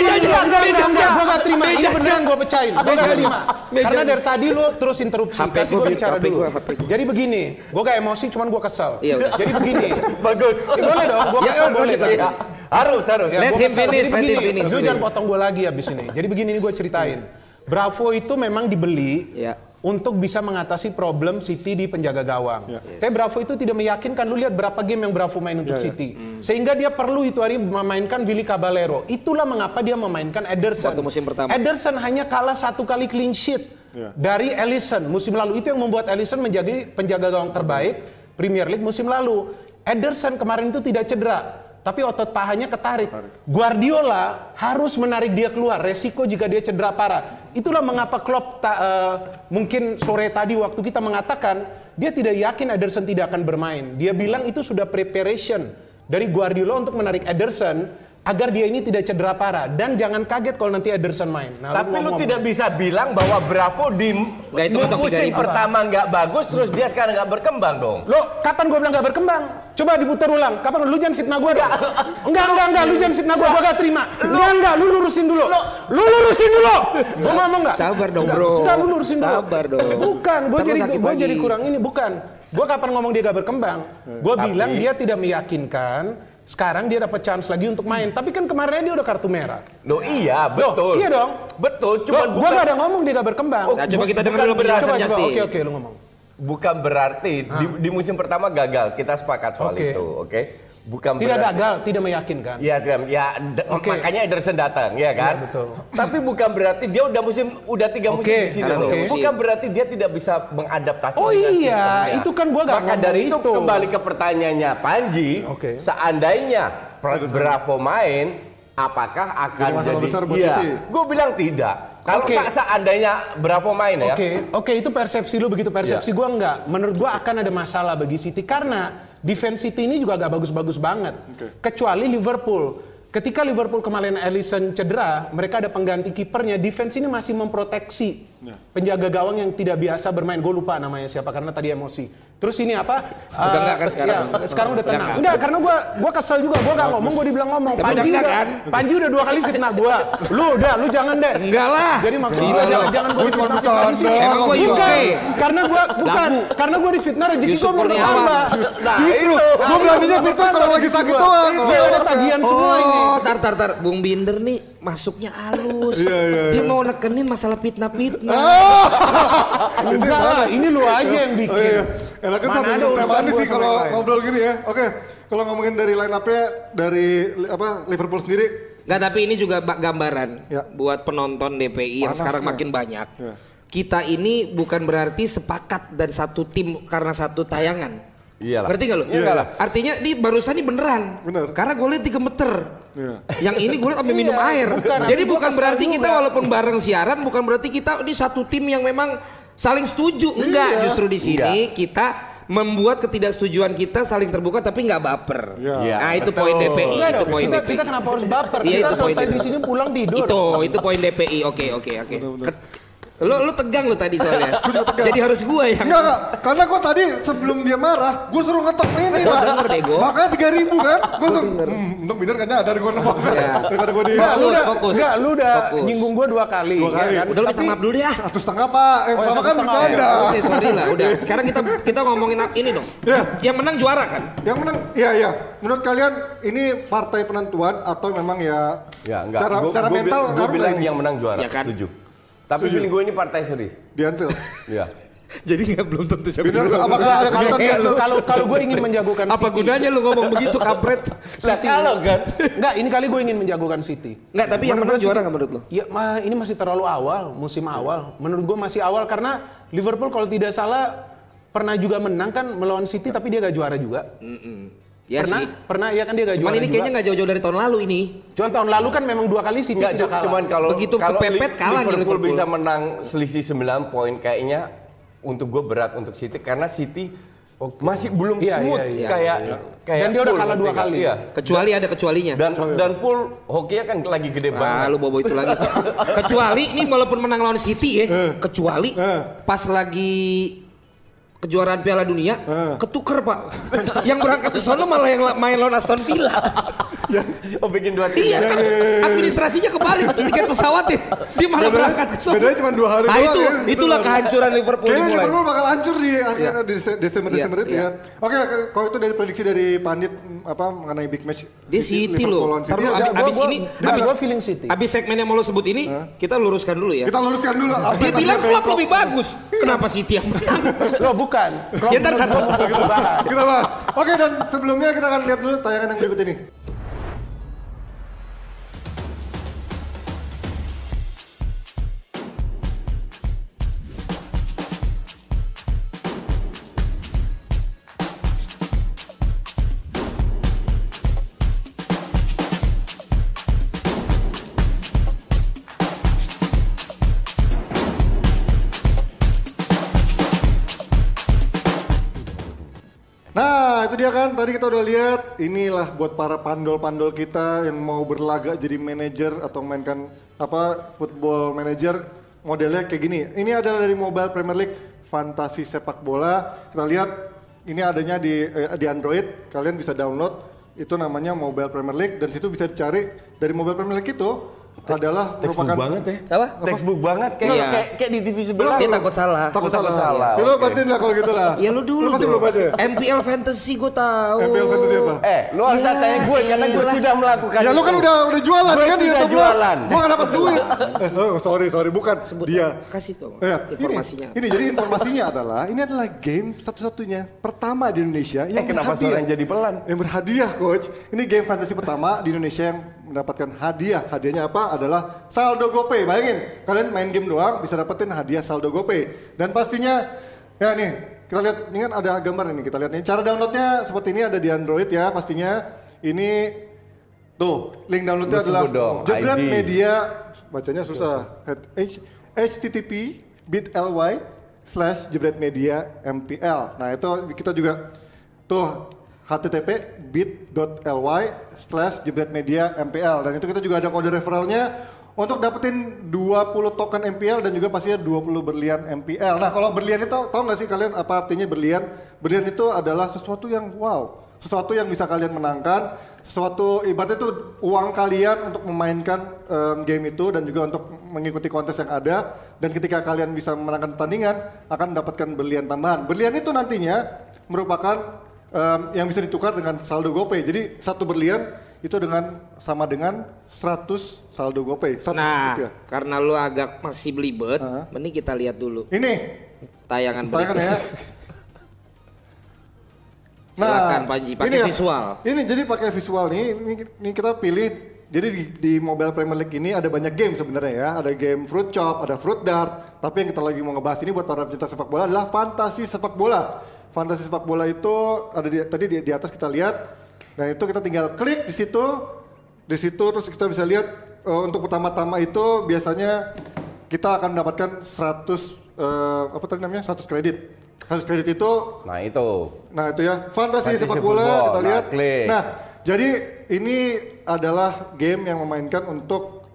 Enggak, gua gak terima. Ini beneran gua pecahin. Gua gak terima. Karena dari tadi lu terus interupsi.
HP
Kasih
gua,
gua bicara
HP
dulu.
gua, HP gua.
Jadi begini, gua gak emosi, cuman gua kesel.
Iya, udah.
Jadi begini.
Bagus.
Boleh dong, gua
Ya,
kesel boleh.
lanjut, lanjut.
Harus.
Ya,
Let
gua
him
kesel.
finish,
Jadi
let him
begini,
finish.
lu jangan potong gua lagi abis ini. Jadi begini nih gua ceritain. Bravo itu memang dibeli
Ya.
untuk bisa mengatasi problem City di penjaga gawang.
Ya.
Tapi Bravo itu tidak meyakinkan. Lu lihat berapa game yang Bravo main untuk City. Sehingga dia perlu itu hari memainkan Willy Caballero. Itulah mengapa dia memainkan Ederson.
Waktu musim pertama.
Ederson hanya kalah 1 kali clean sheet dari Alisson musim lalu. Itu yang membuat Alisson menjadi penjaga gawang terbaik Premier League musim lalu. Ederson kemarin itu tidak cedera. Tapi otot pahanya ketarik. Guardiola harus menarik dia keluar. Resiko jika dia cedera parah. Itulah mengapa Klopp mungkin sore tadi waktu kita mengatakan dia tidak yakin Ederson tidak akan bermain. Dia bilang itu sudah preparation dari Guardiola untuk menarik Ederson agar dia ini tidak cedera parah dan jangan kaget kalau nanti Ederson main. Nah,
tapi lu tidak bisa bilang bahwa Bravo di musim pertama nggak bagus terus dia sekarang nggak berkembang dong.
Lo kapan gue bilang nggggak berkembang? Coba diputar ulang. Kapan lu jangan fitnah gue? Enggak, lu jangan fitnah gue gak terima. Enggak, lu lurusin dulu. Lu lurusin dulu. Gue ngomong nggak?
Sabar dong, bro.
Enggak, lu lurusin dulu.
Sabar dong.
Bukan, gue jadi kurang ini, bukan. Gue kapan ngomong dia gak berkembang? Gue bilang dia tidak meyakinkan. Sekarang dia dapat chance lagi untuk main. Tapi kan kemarin dia udah kartu merah.
Loh iya, betul.
Iya dong.
Betul, cuma
gue gak ada ngomong dia gak berkembang.
Nah, coba kita dengar dulu penjelasan Justin.
Oke, lu ngomong.
Bukan berarti di musim pertama gagal. Kita sepakat soal itu, oke? Bukan
tidak
berarti,
gagal, tidak meyakinkan.
Makanya Ederson datang, ya kan?
Ya, betul.
Tapi bukan berarti dia udah 3 musim di sini loh. Bukan berarti dia tidak bisa mengadaptasi.
Oh iya, itu kan gua gak
maka dari itu kembali ke pertanyaannya Panji, seandainya Bravo main, apakah akan jadi? Iya, gue bilang tidak. Kalau seandainya Bravo main ya.
Oke, itu persepsi lu begitu, persepsi gua enggak. Menurut gua akan ada masalah bagi City karena defense City ini juga gak bagus-bagus banget. Kecuali Liverpool. Ketika Liverpool kemarin Alisson cedera, mereka ada pengganti kipernya. Defense ini masih memproteksi penjaga gawang yang tidak biasa bermain. Gue lupa namanya siapa karena tadi emosi. Terus ini apa?
Udah enggak kan sekarang?
Ya, sekarang udah tenang. Enggak, karena gue kesel juga. Gue gak ngomong, gue dibilang ngomong. Panji udah 2 kali fitnah gue. Lu jangan deh.
Enggak lah.
Jadi maksudnya jangan gue difitnah di sini.
Emang gue UK.
Karena gue difitnah rezeki gue belum bertambah.
Nah itu, gue beraninya fitnah kalau lagi sakit doang.
Gue ada tagihan semua ini.
Tar. Bung Binder nih masuknya halus. Dia mau nekenin masalah fitnah-fitnah.
Enggak, ini lu aja yang bikin.
Enaknya sama tema sih kalau ngobrol gini ya. Oke, kalau ngomongin dari line up-nya dari Liverpool sendiri.
Nggak, tapi ini juga gambaran buat penonton DPI yang sekarang makin banyak. Kita ini bukan berarti sepakat dan satu tim karena satu tayangan.
Iyalah.
Ngerti gak lu?
Iyalah.
Artinya di barusan ini beneran. Karena gue liat 3 meter. Yang ini gue liat sampai minum air. Jadi bukan berarti kita walaupun bareng siaran, bukan berarti kita di satu tim yang memang saling setuju. Enggak, justru di sini kita membuat ketidaksetujuan kita saling terbuka tapi nggak baper. Nah itu poin DPI. Itu poin DPI.
Kita kenapa harus baper? Kita selesai di sini pulang tidur.
Itu poin DPI. Oke. Lu tegang lu tadi soalnya. Jadi harus gua yang.
Enggak. Karena gua tadi sebelum dia marah, gua suruh ngetok ini, Pak.
Denger deh gua.
Makanya 3.000 kan. Gua suruh untuk bener kan nyadar gua nembak. Daripada gua
Fokus.
Lu udah nyinggung gua 2 kali.
Ya kan? Udah lu minta maaf dulu ya.
1,5 Pak. Pertama kan bercanda.
Sorry lah, udah. Sekarang kita ngomongin ini dong. Yang menang juara kan?
Yang menang, iya. Menurut kalian ini partai penentuan atau memang ya secara mental?
Gue bilang yang menang juara.
Ya kan?
Setuju. Tapi feeling gue ini partai seri.
Di Anfield.
Iya.
Jadi belum tentu siapa.
Apakah ada kaitan di Anfield?
Kalau gue ingin menjagokan
apa
City.
gunanya lu ngomong begitu kampret?
Kalau kan.
Enggak, ini kali gue ingin menjagokan City.
Enggak, tapi yang menang juara enggak menurut lu?
Ya, ini masih terlalu awal, musim awal. Menurut gue masih awal karena Liverpool kalau tidak salah pernah juga menang kan melawan City tapi dia gak juara juga.
Ya
pernah ya kan dia gak juara.
Cuman ini kayaknya gak jauh-jauh dari tahun lalu ini.
Cuman tahun lalu kan memang 2 kali City tidak kalah.
Cuman kalau
begitu kepepet kalah
Liverpool bisa menang selisih 9 poin kayaknya untuk gue berat untuk City karena City masih belum smooth kayak
dan dia udah kalah 2 kali.
Iya.
Kecuali ada kecualinya.
Dan pool hokinya kan lagi gede banget.
Lu bobo itu lagi. Kecuali ini walaupun menang lawan City ya, kecuali pas lagi kejuaraan Piala Dunia ketuker Pak. Yang berangkat ke sana malah yang main lawan Aston Villa.
Bikin 2 tim.
Iya kan administrasinya kebalik tiket pesawatnya. Dia malah berangkat ke sana.
Bedanya cuma 2 hari
doang. Itulah kehancuran Liverpool
dimulai.
dimulai.
Liverpool bakal hancur di akhir Desember itu ya. Oke, kalau itu dari prediksi dari Pandit mengenai big match.
Dia City loh. Abis ini
gue feeling City.
Abis segmen yang mau lo sebut ini kita luruskan dulu ya.
Kita luruskan dulu.
Dia bilang klub lebih bagus. Kenapa City yang menang?
Loh bukan.
Ya ntar
kita bahas. Oke, dan sebelumnya kita akan lihat dulu tayangan yang berikut ini. Nah, itu dia kan tadi kita udah lihat. Inilah buat para pandol-pandol kita yang mau berlaga jadi manajer atau mainkan football manager, modelnya kayak gini. Ini adalah dari Mobile Premier League Fantasi Sepak Bola. Kita lihat ini adanya di Android. Kalian bisa download. Itu namanya Mobile Premier League dan situ bisa dicari dari Mobile Premier League itu adalah
textbook
merupakan
banget ya.
Apa?
Textbook banget kayak di TV sebelah.
Dia takut salah.
Takut salah.
salah.
Ya, lu bantuin lah kalau gitu lah.
Ya lu dulu
pasti
dong.
belum baca.
MPL Fantasy gue tahu.
MPL Fantasy apa?
Lu harus tanya gue karena gue sudah melakukan.
Ya lu kan udah jualan
Gue
kan di
sudah
YouTube.
jualan.
Gua enggak dapat duit. Sorry bukan
Sebut
dia.
kasih dong
Ya,
informasinya.
Ini jadi informasinya ini adalah game satu-satunya pertama di Indonesia yang
kenapa
berhadiah.
seorang jadi pelan?
Yang berhadiah, coach. Ini game fantasi pertama di Indonesia yang mendapatkan hadiah. Hadiahnya apa? Adalah saldo GoPay. Bayangin, kalian main game doang bisa dapetin hadiah saldo GoPay. Dan pastinya, ya nih, kita lihat, ini kan ada gambar ini, kita lihat nih. Cara downloadnya seperti ini, ada di Android ya pastinya. Ini, tuh, link downloadnya adalah Jebret Media, bacanya susah. http://bit.ly/jebretmedia.mpl. Nah itu kita juga, tuh, http://bit.ly/jebretmedia.mpl. Dan itu kita juga ada kode referralnya untuk dapetin 20 token MPL dan juga pastinya 20 berlian MPL. Nah kalau berlian itu tahu nggak sih kalian apa artinya berlian? Berlian itu adalah sesuatu yang wow, sesuatu yang bisa kalian menangkan, sesuatu ibaratnya itu uang kalian untuk memainkan game itu dan juga untuk mengikuti kontes yang ada. Dan ketika kalian bisa memenangkan pertandingan akan mendapatkan berlian tambahan. Berlian itu nantinya merupakan yang bisa ditukar dengan saldo GoPay. Jadi satu berlian itu sama dengan 100 saldo GoPay.
Nah,
rupiah.
karena lu agak masih belibet, mending kita lihat dulu.
Ini
tayangan
ya.
Silakan Panji, pakai visual.
Ini jadi pakai visual nih. Ini kita pilih. Jadi di Mobile Premier League ini ada banyak game sebenarnya ya. Ada game Fruit Chop, ada Fruit Dart. Tapi yang kita lagi mau ngebahas ini buat para pecinta sepak bola adalah fantasi sepak bola. Fantasi sepak bola itu ada tadi di atas kita lihat. Nah itu kita tinggal klik di situ terus kita bisa lihat untuk pertama-tama itu biasanya kita akan mendapatkan 100 kredit. 100 kredit itu. Nah itu ya fantasi sepak bola kita lihat. Nah jadi ini adalah game yang memainkan untuk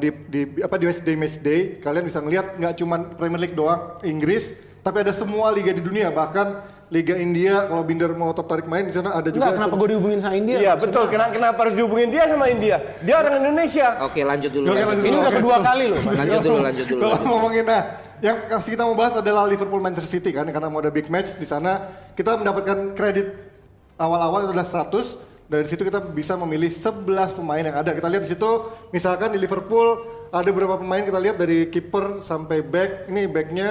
di match day kalian bisa ngelihat nggak cuma Premier League doang Inggris, tapi ada semua liga di dunia bahkan Liga India. Kalau Binder mau tertarik main di sana ada juga.
Kenapa gue dihubungin sama India?
Iya betul. Kenapa harus dihubungin dia sama India? Dia orang Indonesia.
Oke lanjut dulu.
Ini udah kedua kali loh.
Lanjut dulu.
Kalau ngomongin yang kita mau bahas adalah Liverpool Manchester City kan, karena mau ada big match di sana. Kita mendapatkan kredit awal-awal adalah 100. Dari situ kita bisa memilih 11 pemain yang ada. Kita lihat di situ, misalkan di Liverpool ada beberapa pemain kita lihat dari kiper sampai back. Ini backnya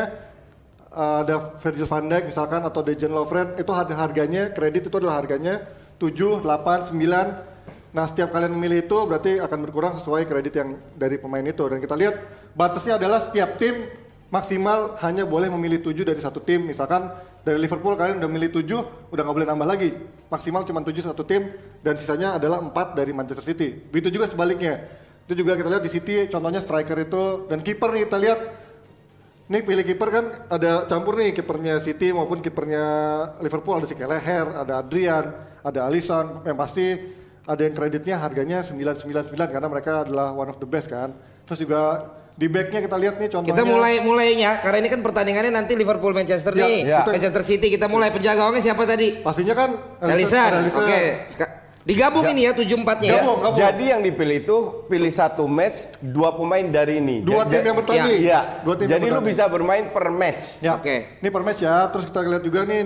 ada Virgil van Dijk misalkan atau Dejan Lovren, itu harganya kredit itu adalah harganya 7, 8, 9. Nah setiap kalian memilih itu berarti akan berkurang sesuai kredit yang dari pemain itu. Dan kita lihat batasnya adalah setiap tim maksimal hanya boleh memilih 7 dari satu tim. Misalkan dari Liverpool kalian udah milih 7, udah nggak boleh nambah lagi. Maksimal cuma 7 satu tim dan sisanya adalah 4 dari Manchester City. Begitu juga sebaliknya. Itu juga kita lihat di City contohnya striker itu dan kiper nih kita lihat. Nih pilih kiper kan ada campur nih kipernya City maupun kipernya Liverpool, ada si Kelleher, ada Adrian, ada Alisson, yang pasti ada yang kreditnya harganya 999 karena mereka adalah one of the best kan. Terus juga di backnya kita lihat nih contohnya.
Kita mulainya karena ini kan pertandingannya nanti Liverpool Manchester nih. Manchester City kita mulai penjaga gawangnya siapa tadi?
Pastinya kan
Alisson. Oke. Digabung ini ya 7-4-nya ya.
Gabung.
Jadi yang dipilih itu pilih satu match 2 pemain dari ini.
2 tim yang bertanding.
Iya.
Tim
jadi lu bisa bermain per match.
Ya. Oke. Ini per match ya. Terus kita lihat juga nih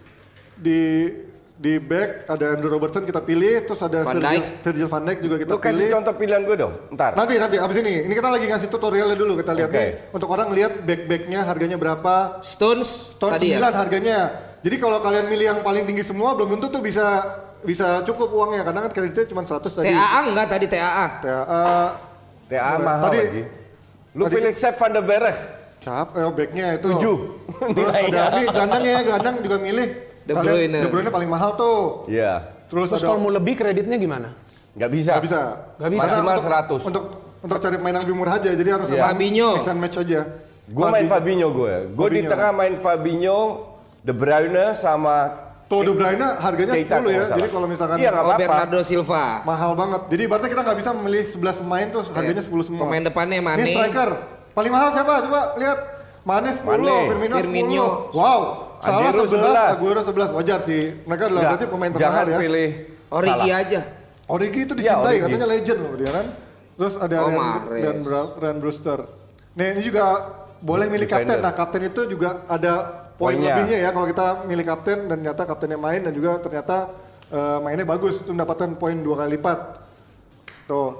di back ada Andrew Robertson kita pilih, terus ada Virgil van Dijk juga kita pilih. Lu
kasih contoh pilihan gue dong. Ntar.
Nanti abis ini. Ini kita lagi ngasih tutorialnya dulu kita lihat nih. Untuk orang lihat back-backnya harganya berapa.
Stones
9 harganya. Jadi kalau kalian milih yang paling tinggi semua belum tentu tuh bisa cukup uangnya karena kan kreditnya cuma 100 tadi.
TAA enggak tadi TAA.
TAA mahal
tadi,
lagi. Lu pilih Sepp van der Berg.
Backnya itu
7.
Terus ada ini gelandang juga milih.
De Bruyne
paling mahal tuh.
Iya.
Terus kalau mau lebih kreditnya gimana?
Nggak bisa. Maksimal 100.
Untuk cari main yang lebih murah aja. Jadi harus
Fabinho.
Mix and match aja.
Gue main Fabinho gue. Gue di tengah main Fabinho, De Bruyne sama
Tuh De Bruyne harganya
Keita
10 ya.
kalau
Jadi kalau misalkan
Iya, nggak apa-apa.
Bernardo Silva.
mahal banget. Jadi berarti kita nggak bisa memilih 11 pemain tuh harganya 10 semua.
Pemain depannya Mane.
Ini striker. Paling mahal siapa? Coba lihat. Mane 10,
Mane.
Firmino 10. Wow. Salah
Aguero
11, Aguero 11. Wajar sih. Mereka adalah berarti pemain termahal
Jangan
ya.
pilih
Origi
salah.
aja.
Origi itu
Ya,
dicintai,
Origi.
katanya legend loh dia kan. Terus ada
Mahrez.
Ryan Brewster. Nah ini juga boleh milih
Defender.
kapten. Nah kapten itu juga ada poin
Poinnya.
lebihnya ya kalau kita milih kapten dan ternyata kaptennya main dan juga ternyata mainnya bagus itu mendapatkan poin 2 kali lipat. Tuh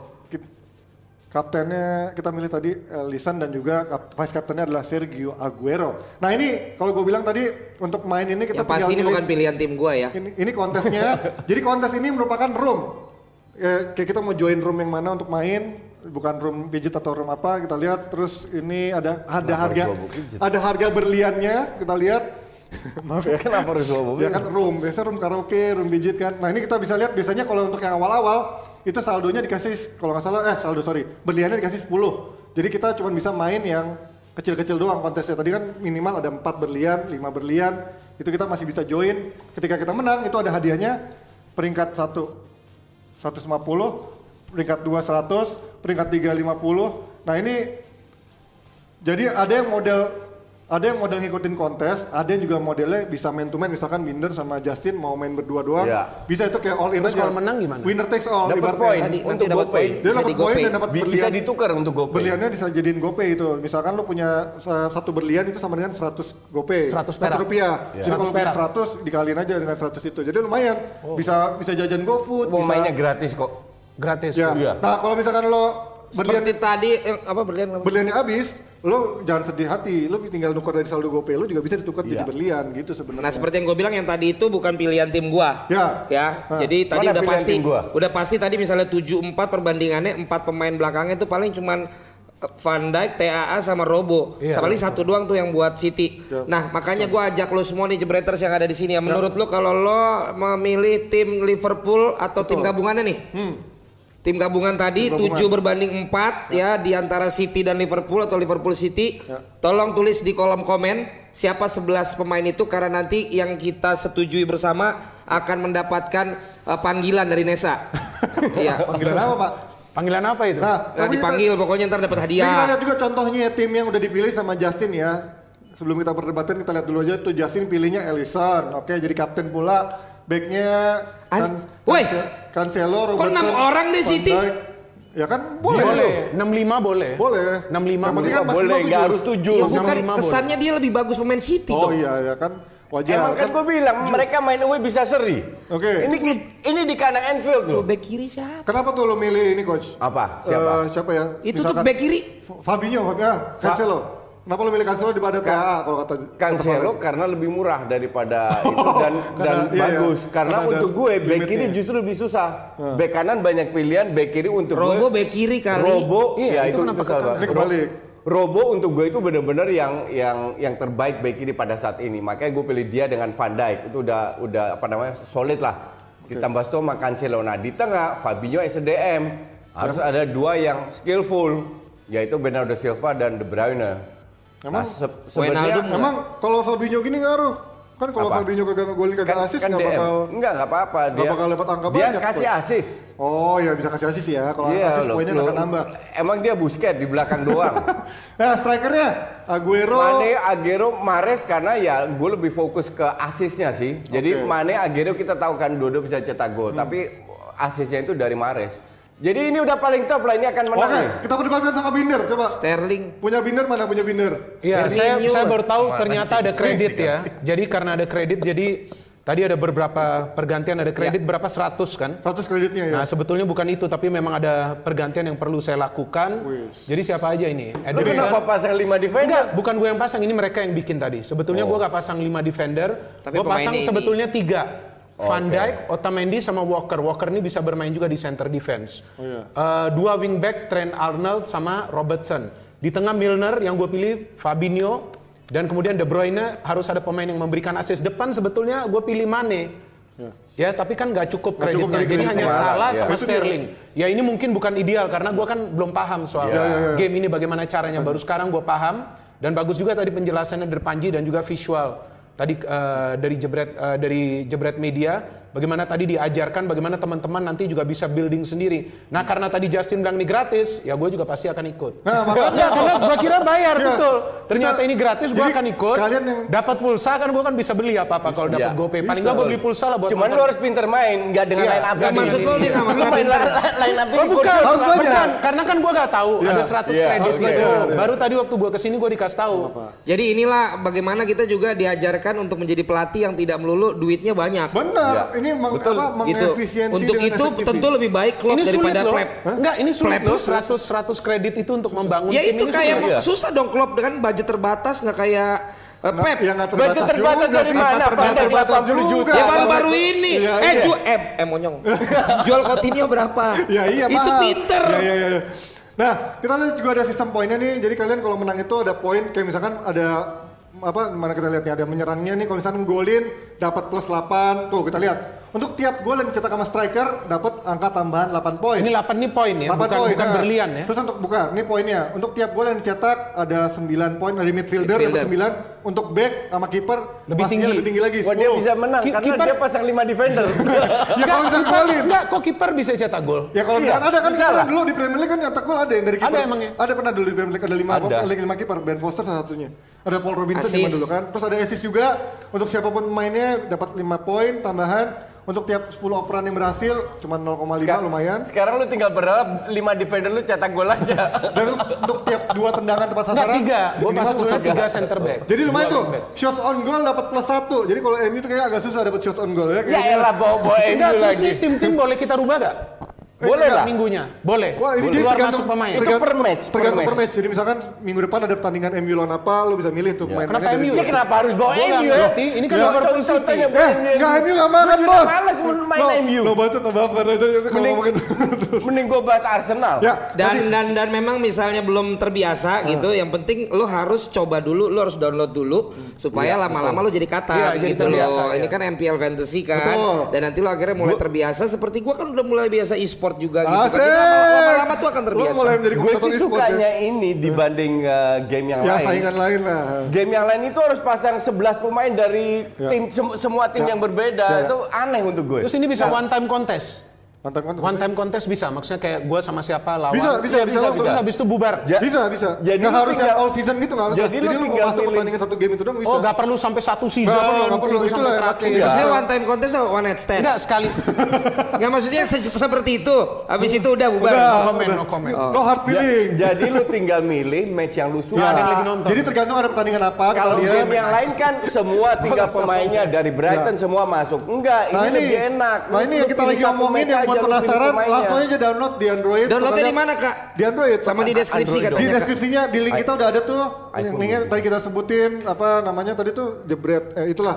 kaptennya kita milih tadi Alisson dan juga vice kaptennya adalah Sergio Aguero. Nah ini kalau gue bilang tadi untuk main ini kita
Yang pasti ini
milih-
bukan pilihan tim gua ya.
ini kontesnya. Jadi kontes ini merupakan room. Kayak kita mau join room yang mana untuk main, bukan room pijit atau room apa, kita lihat. Terus ini ada harga berliannya, kita lihat. Maaf ya.
Kenapa harus bawa
Ya kan room, biasa room karaoke, room pijit kan. Nah ini kita bisa lihat biasanya kalau untuk yang awal-awal itu saldonya dikasih, kalau nggak salah, berliannya dikasih 10. Jadi kita cuma bisa main yang kecil-kecil doang kontesnya. Tadi kan minimal ada 4 berlian, 5 berlian, itu kita masih bisa join. Ketika kita menang itu ada hadiahnya peringkat 1 150, peringkat 2 100, peringkat 3 50. Nah ini jadi ada yang model ngikutin kontes, ada yang juga modelnya bisa main to main, misalkan Binder sama Justin mau main berdua doang.
Iya.
Bisa itu kayak all in
Terus
aja.
kalau menang gimana?
Winner takes all.
Dapat
ibaratnya.
poin
Nanti
untuk
dapat
GoPay.
poin.
Dia
Bisa
dapat
di
poin
GoPay.
dan dapat
Bisa
berlian.
ditukar untuk GoPay.
Berliannya disajadiin GoPay itu. Misalkan lo punya satu berlian itu sama dengan 100 GoPay.
100 perak.
rupiah.
Iya.
Jadi kalau
100
punya
perak.
100 dikaliin aja dengan 100 itu. Jadi lumayan. Bisa jajan GoFood.
Mau
bisa-
mainnya gratis kok.
Gratis.
Ya.
Iya.
Nah kalau misalkan lo
Seperti tadi berlian.
berliannya habis, lo jangan sedih hati. Lo tinggal nuker dari saldo GoPay, lo juga bisa ditukar jadi
Iya.
berlian gitu sebenarnya.
Nah seperti yang gue bilang yang tadi itu bukan pilihan tim gua.
Ya.
Jadi tadi
Mana
udah
pilihan
pasti,
tim gua?
udah pasti tadi misalnya 7-4 perbandingannya 4 pemain belakangnya itu paling cuman Van Dijk, TAA sama Robo.
Iya.
Paling satu doang tuh yang buat City.
Ya.
Nah makanya gua ajak lo semua nih Jebreters yang ada di sini ya. Menurut lo kalau lo memilih tim Liverpool atau tim gabungannya nih? Tim gabungan tadi 7 berbanding 4 ya di antara City dan Liverpool atau Liverpool City. Tolong tulis di kolom komen siapa 11 pemain itu karena nanti yang kita setujui bersama akan mendapatkan panggilan dari Nesa. Iya.
Panggilan apa Pak?
Panggilan apa itu?
Nah,
Nah, dipanggil pokoknya ntar dapat
Ini kita
hadiah.
lihat juga contohnya tim yang udah dipilih sama Justin ya. Sebelum kita perdebatan kita lihat dulu aja tuh Justin pilihnya Alisson. Oke, jadi kapten pula. Backnya
Woi,
Cancelo,
kok
Robertson,
6 orang di
Van
City?
Dijk. Ya kan boleh.
Boleh. 65 boleh.
Boleh.
65
Yang penting
boleh.
kan masih
Boleh, nggak
7.
harus 7.
Ya bukan
65
kesannya dia lebih bagus pemain City
Oh
dong.
iya ya kan. Wajar.
Emang kan gue bilang mereka main away bisa seri.
Oke.
Ini di kandang Anfield loh.
Bek kiri siapa?
Kenapa tuh lo milih ini coach?
Apa? Siapa?
Siapa ya?
Itu tuh
Misalkan
bek kiri.
Fabinho, Cancelo. Kenapa lo milih Cancelo dibanding TAA kalau kata
Cancelo karena lebih murah daripada itu dan
karena- iya,
bagus.
iya.
Karena
Karena
untuk
ada
gue back
limitnya.
kiri justru lebih susah. Back kanan banyak pilihan, back kiri untuk
Robo
gue.
bek kiri kali.
Robo,
Iya,
ya
itu
itu
kenapa
salah.
Ini kebalik.
Robo untuk gue itu benar-benar yang terbaik back kiri pada saat ini. Makanya gue pilih dia dengan Van Dijk. Itu udah apa namanya solid lah. Ditambah itu sama Cancelo. Nah di tengah Fabinho SDM harus ada dua yang skillful, yaitu Bernardo Silva dan De Bruyne.
Emang?
Sebenarnya
Wijnaldum
Emang kalau Fabinho gini ngaruh? Kan kalau
Apa?
Fabinho kagak ngegolin kagak asis nggak
DM.
bakal.
Enggak apa-apa.
nggak bakal dapat angka
dia
banyak,
kasih
Coach.
asis.
Oh ya bisa kasih asis ya. Kalau
Iya,
asis
loh,
poinnya
loh.
akan nambah.
Emang dia Busquets di belakang doang.
Nah strikernya Aguero.
Mane, Aguero, Mahrez karena ya gue lebih fokus ke asisnya sih. Jadi
Oke.
Mane, Aguero kita tahu kan dua bisa cetak gol, tapi asisnya itu dari Mahrez. Jadi ini udah paling top lah, ini akan menang
Oke,
nih.
kita perdebatkan sama Binder. Coba.
Sterling.
Punya Binder mana punya Binder?
Iya, saya
Firmino.
baru tahu ternyata ada kredit ya. Jadi karena ada kredit, jadi tadi ada beberapa pergantian, ada kredit berapa 100 kan?
100 kreditnya ya.
Nah sebetulnya bukan itu, tapi memang ada pergantian yang perlu saya lakukan.
Wis.
Jadi siapa aja ini?
Lu kenapa pasang 5 defender?
Enggak, bukan gue yang pasang, ini mereka yang bikin tadi. Sebetulnya gue gak pasang 5 defender,
Tapi
gue pasang
pemainnya ini.
sebetulnya 3. Van Dijk, Otamendi sama Walker. Walker ini bisa bermain juga di center defense.
Oh, iya.
2 wingback, Trent Arnold sama Robertson. Di tengah Milner yang gue pilih Fabinho, dan kemudian De Bruyne harus ada pemain yang memberikan assist. Depan sebetulnya gue pilih Mane. Ya, tapi kan nggak cukup
Nggak cukup
kreditnya.
dari
Jadi
kreditnya.
hanya Salah
Ya.
sama
Itu dia.
Sterling. Ya ini mungkin bukan ideal karena gue kan belum paham soal game ini bagaimana caranya. Baru sekarang gue paham dan bagus juga tadi penjelasannya dari Panji dan juga visual tadi dari Jebret Media, bagaimana tadi diajarkan bagaimana teman-teman nanti juga bisa building sendiri. Nah karena tadi Justin bilang ini gratis, ya gue juga pasti akan ikut.
Nah makanya
karena gue kira bayar betul. Ternyata ini gratis, gue akan ikut.
Kalian yang
dapat pulsa kan gue kan bisa beli apa-apa kalau dapat GoPay. Paling nggak gue beli pulsa lah buat.
Cuman lu harus pinter main, nggak dengan line up.
Maksud lo dia
Lu main line up
bukan, karena kan gue nggak tahu ada 100 kredit gitu. Baru tadi waktu gue kesini gue dikasih tahu.
Jadi inilah bagaimana kita juga diajarkan untuk menjadi pelatih yang tidak melulu duitnya banyak.
benar, ini mengefisiensi
Untuk
dengan
itu
efektif.
tentu lebih baik klub
Ini sulit
daripada
loh.
klub.
Enggak, ini sulit
Klub
loh. 100 kredit itu untuk membangun
Ya
tim
itu
ini
kayak
sulit.
susah dong klub dengan budget terbatas nggak kayak Pep.
Yang nggak
Budget terbatas
juga
dari
sih.
mana? Dari 80 juta.
Ya baru-baru ini.
Iya,
Monyong. Jual Coutinho berapa?
Iya
Itu
mahal.
Peter.
Iya. Nah, kita lihat juga ada sistem poinnya nih. Jadi kalian kalau menang itu ada poin kayak misalkan ada mana kita lihat nih, ada menyerangnya nih, kalau misalkan golin dapat plus 8. Tuh kita lihat. Untuk tiap gol yang dicetak sama striker dapat angka tambahan 8 poin.
Ini 8 nih poin ya,
8
bukan
poin,
bukan berlian ya.
Terus untuk ini poinnya. Untuk tiap gol yang dicetak ada 9 poin dari midfielder dapat 9. Untuk back sama kiper
Lebih tinggi
lagi.
Wah, dia
10.
bisa menang karena dia pasang 5 defender.
Ya kalau misalkan golin.
Enggak, kok kiper bisa cetak gol?
Ya kalau misalkan ada kan
bisa lah.
dulu di Premier League kan nyetak gol ada yang dari kiper.
Ada emangnya?
Ada pernah dulu di Premier League ada 5
Ada.
kiper, Ben Foster salah satunya. Ada Paul Robinson
Assist.
zaman dulu kan. Terus ada assist juga untuk siapapun pemainnya dapat 5 poin tambahan. Untuk tiap 10 operan yang berhasil cuma 0,5 lumayan.
Sekarang lu tinggal berharap 5 defender lu cetak gol aja.
Dan untuk tiap 2 tendangan tepat
Enggak,
sasaran
3. Gue
minimal
pasang
plus
sudah
1.
3 center back.
Jadi lumayan
Dua
tuh.
wing back.
Shots on goal dapat plus 1. Jadi kalau MU itu kayak agak susah dapat shots on goal ya.
Ya
kayaknya.
elah bawa
Enggak,
MU
terus
lagi.
nih tim-tim boleh kita rubah gak?
Boleh lah.
Minggunya, boleh.
Wah, ini jadi
Keluar
tergantung
masuk pemain.
Itu per match, per
Tergantung per
match.
match. Jadi misalkan minggu depan ada pertandingan MU lawan apa, lu bisa milih tuh pemain-pemainnya
Kenapa
dari
MU?
Ya kenapa harus bawa
Gua nggak
MU ya?
ngerti. Ini kan Liverpool City.
Contohnya bawa MU.
Enggak, MU nggak makan,
Gua
bos.
Males main MU.
Lo bantu maaf karena itu kalau
Mending,
ngomongin
mending gue bahas Arsenal.
Ya,
Dan memang misalnya belum terbiasa gitu, yang penting lo harus coba dulu, lo harus download dulu supaya lama-lama lo jadi kata
Iya, jadi
gitu
terbiasa,
loh.
ya.
Ini kan MPL Fantasy kan.
Betul.
Dan nanti lo akhirnya mulai terbiasa seperti gua kan udah mulai biasa e-sport juga gitu.
Asik.
Kan. Jadi lama-lama tuh akan
Lo
terbiasa.
mulai menjadi
Gue
komentator
sih
e-sport
sukanya ini dibanding game yang
ya. Ya
lain.
saingan lain lah.
Game yang lain itu harus pasang 11 pemain dari tim semua tim yang berbeda. Itu aneh untuk gue.
Terus ini bisa one time contest.
Mantap.
One time contest bisa, maksudnya kayak gue sama siapa lawan.
Bisa.
Terus habis itu bubar.
Bisa.
Jadi
Nggak
lu
harus
tinggal-
all season gitu nggak harus.
Jadi lu
mau
tinggal
masuk
milih.
pertandingan satu game itu dong bisa.
Oh, nggak perlu sampai 1 season.
Nggak perlu.
tunggu
Itulah
sampai
yang
terakhir.
maksudnya.
Maksudnya one time contest atau one night stand?
Enggak, sekali.
Nggak maksudnya seperti itu. Habis itu udah bubar.
No comment.
No hard feeling.
Jadi lu tinggal milih match yang lu suka.
ada yang lagi nonton.
Jadi tergantung ada pertandingan apa.
Kalau
kita lihat.
game yang lain kan semua tinggal pemainnya dari Brighton semua masuk. Enggak,
Nah
ini lebih enak.
Nah ini
Lu
yang kita
pilih
lagi
satu
ngomongin
match
yang
aja,
buat
lu pilih
penasaran
pemainnya.
langsung aja download di Android.
Downloadnya
Pokoknya
di mana kak?
Di Android.
Sama di deskripsi
Android
katanya.
Di
Kak.
deskripsinya di link kita udah ada tuh yang linknya tadi kita sebutin apa namanya tadi tuh Jebret itulah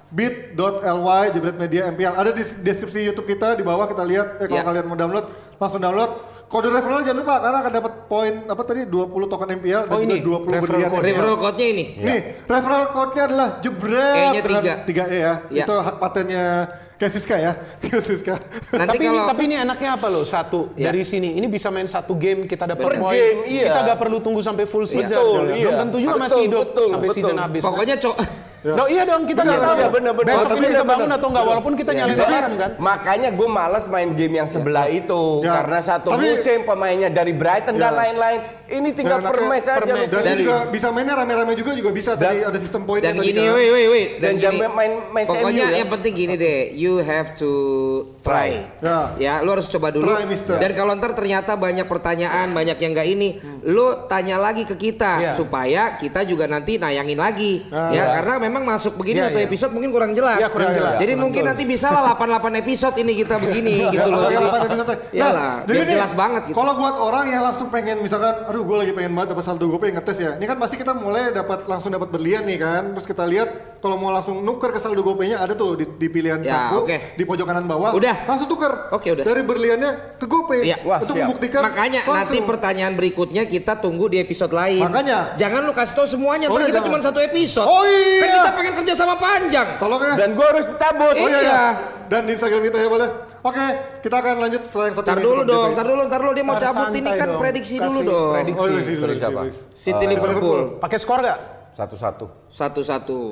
bit.ly Jebret Media MPL ada di deskripsi YouTube kita di bawah kita lihat kalau
Ya.
kalian mau download langsung download kode referral jangan lupa karena akan dapat poin apa tadi 20 token MPL dan
Oh, ini,
juga 20
referral
berlian
code.
MPL.
Referral code-nya ini.
Nih, referral code-nya adalah Jebret
E-nya
dengan
3.
3E ya.
Ya.
Itu hak patennya Siska ya. Siska.
Nanti kalau
Tapi ini enaknya apa loh? Satu
Ya.
dari sini, ini bisa main satu game kita dapat
Per
poin.
game, iya.
Kita gak perlu tunggu sampai full season.
Betul, iya.
Belum tentu juga
Betul,
masih hidup
betul,
sampai
betul.
season habis.
pokoknya
Loh, iya dong, kita nggak tahu.
Iya, bener-bener.
Besok ini
Bener,
bisa
bener.
bangun atau enggak, walaupun kita nyalain
Tapi-
alarm kan.
Makanya gue malas main game yang sebelah itu
Ya.
karena satu
Tapi-
musim pemainnya dari Brighton dan
Ya.
lain-lain. Ini tinggal
Dan
per
anaknya
match aja
per
lu
match.
Dan
pilih.
ini juga bisa mainnya rame-rame juga bisa tadi ada sistem poinnya
dan
tadi
gini,
kan.
wait.
Dan
gini,
jangan main match
pokoknya
MU ya.
yang penting gini deh, you have to try. Ya, lu harus coba dulu.
Try, mister.
Dan kalau ntar ternyata banyak pertanyaan, banyak yang nggak ini, lu tanya lagi ke kita
Iya.
supaya kita juga nanti nayangin lagi. Ya, karena memang masuk begini
Iya,
satu
iya.
episode mungkin kurang jelas.
Iya, kurang jelas.
Jadi mungkin nanti bisa lah 88 episode ini kita begini gitu loh. Jadi, iyalah, biar jelas banget gitu.
Kalau buat orang yang langsung pengen misalkan, aduh gue lagi pengen banget dapat saldo GoPay ngetes ya. Ini kan pasti kita mulai langsung dapat berlian nih kan. Terus kita lihat kalau mau langsung nuker ke saldo GoPay-nya ada tuh di pilihan
Ya,
satu
oke.
di pojok kanan bawah.
Udah.
Langsung tuker.
Oke, udah.
Dari berliannya ke GoPay.
Iya.
Wah,
untuk
siap.
membuktikan.
Makanya nanti
langsung.
pertanyaan berikutnya kita tunggu di episode lain.
Makanya.
Jangan lu kasih tahu semuanya,
Oh,
ntar
iya,
kita
jangan.
cuma satu episode.
Oh, iya.
Kan kita pengen kerja sama panjang.
Tolong ya.
Dan gue harus cabut.
Oh iya,
Iya.
iya. Dan di Instagram kita ya boleh. Oke, kita akan lanjut setelah yang satu
Tar
ini.
dulu
tetap
dong,
JP.
tar dulu dia mau
Ntar
cabut ini
santai
kan
dong.
prediksi
Kasih
dulu dong.
prediksi.
Oh iya,
Dari siapa?
City Liverpool
Liverpool.
Pakai skor gak?
1-1.
1-1.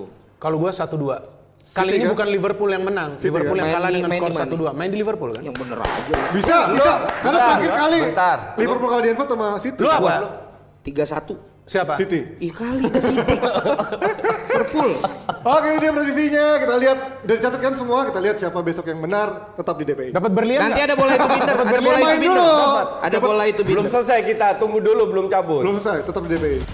Kalau gue 1-2. Kali ini
kan?
bukan Liverpool yang menang,
City
Liverpool
kan?
yang kalah dengan
Main
skor
di mana?
1-2. Main di Liverpool kan?
Yang bener aja.
Bisa. Karena terakhir kali
bentar.
Liverpool kalah di Anfield sama City.
Lu apa?
3-1.
Siapa?
City.
Ih kali dah City. Liverpool.
Oke, ini prediksinya. Kita lihat, udah dicatatkan semua. Kita lihat siapa besok yang benar. Tetap di DPI.
Dapat berlian
Nanti
nggak?
ada bola itu pinter. Ada bola itu
Main
pinter.
dulu.
Ada bola itu
Belum
pinter.
selesai kita, tunggu dulu belum cabut.
Belum selesai, tetap di DPI.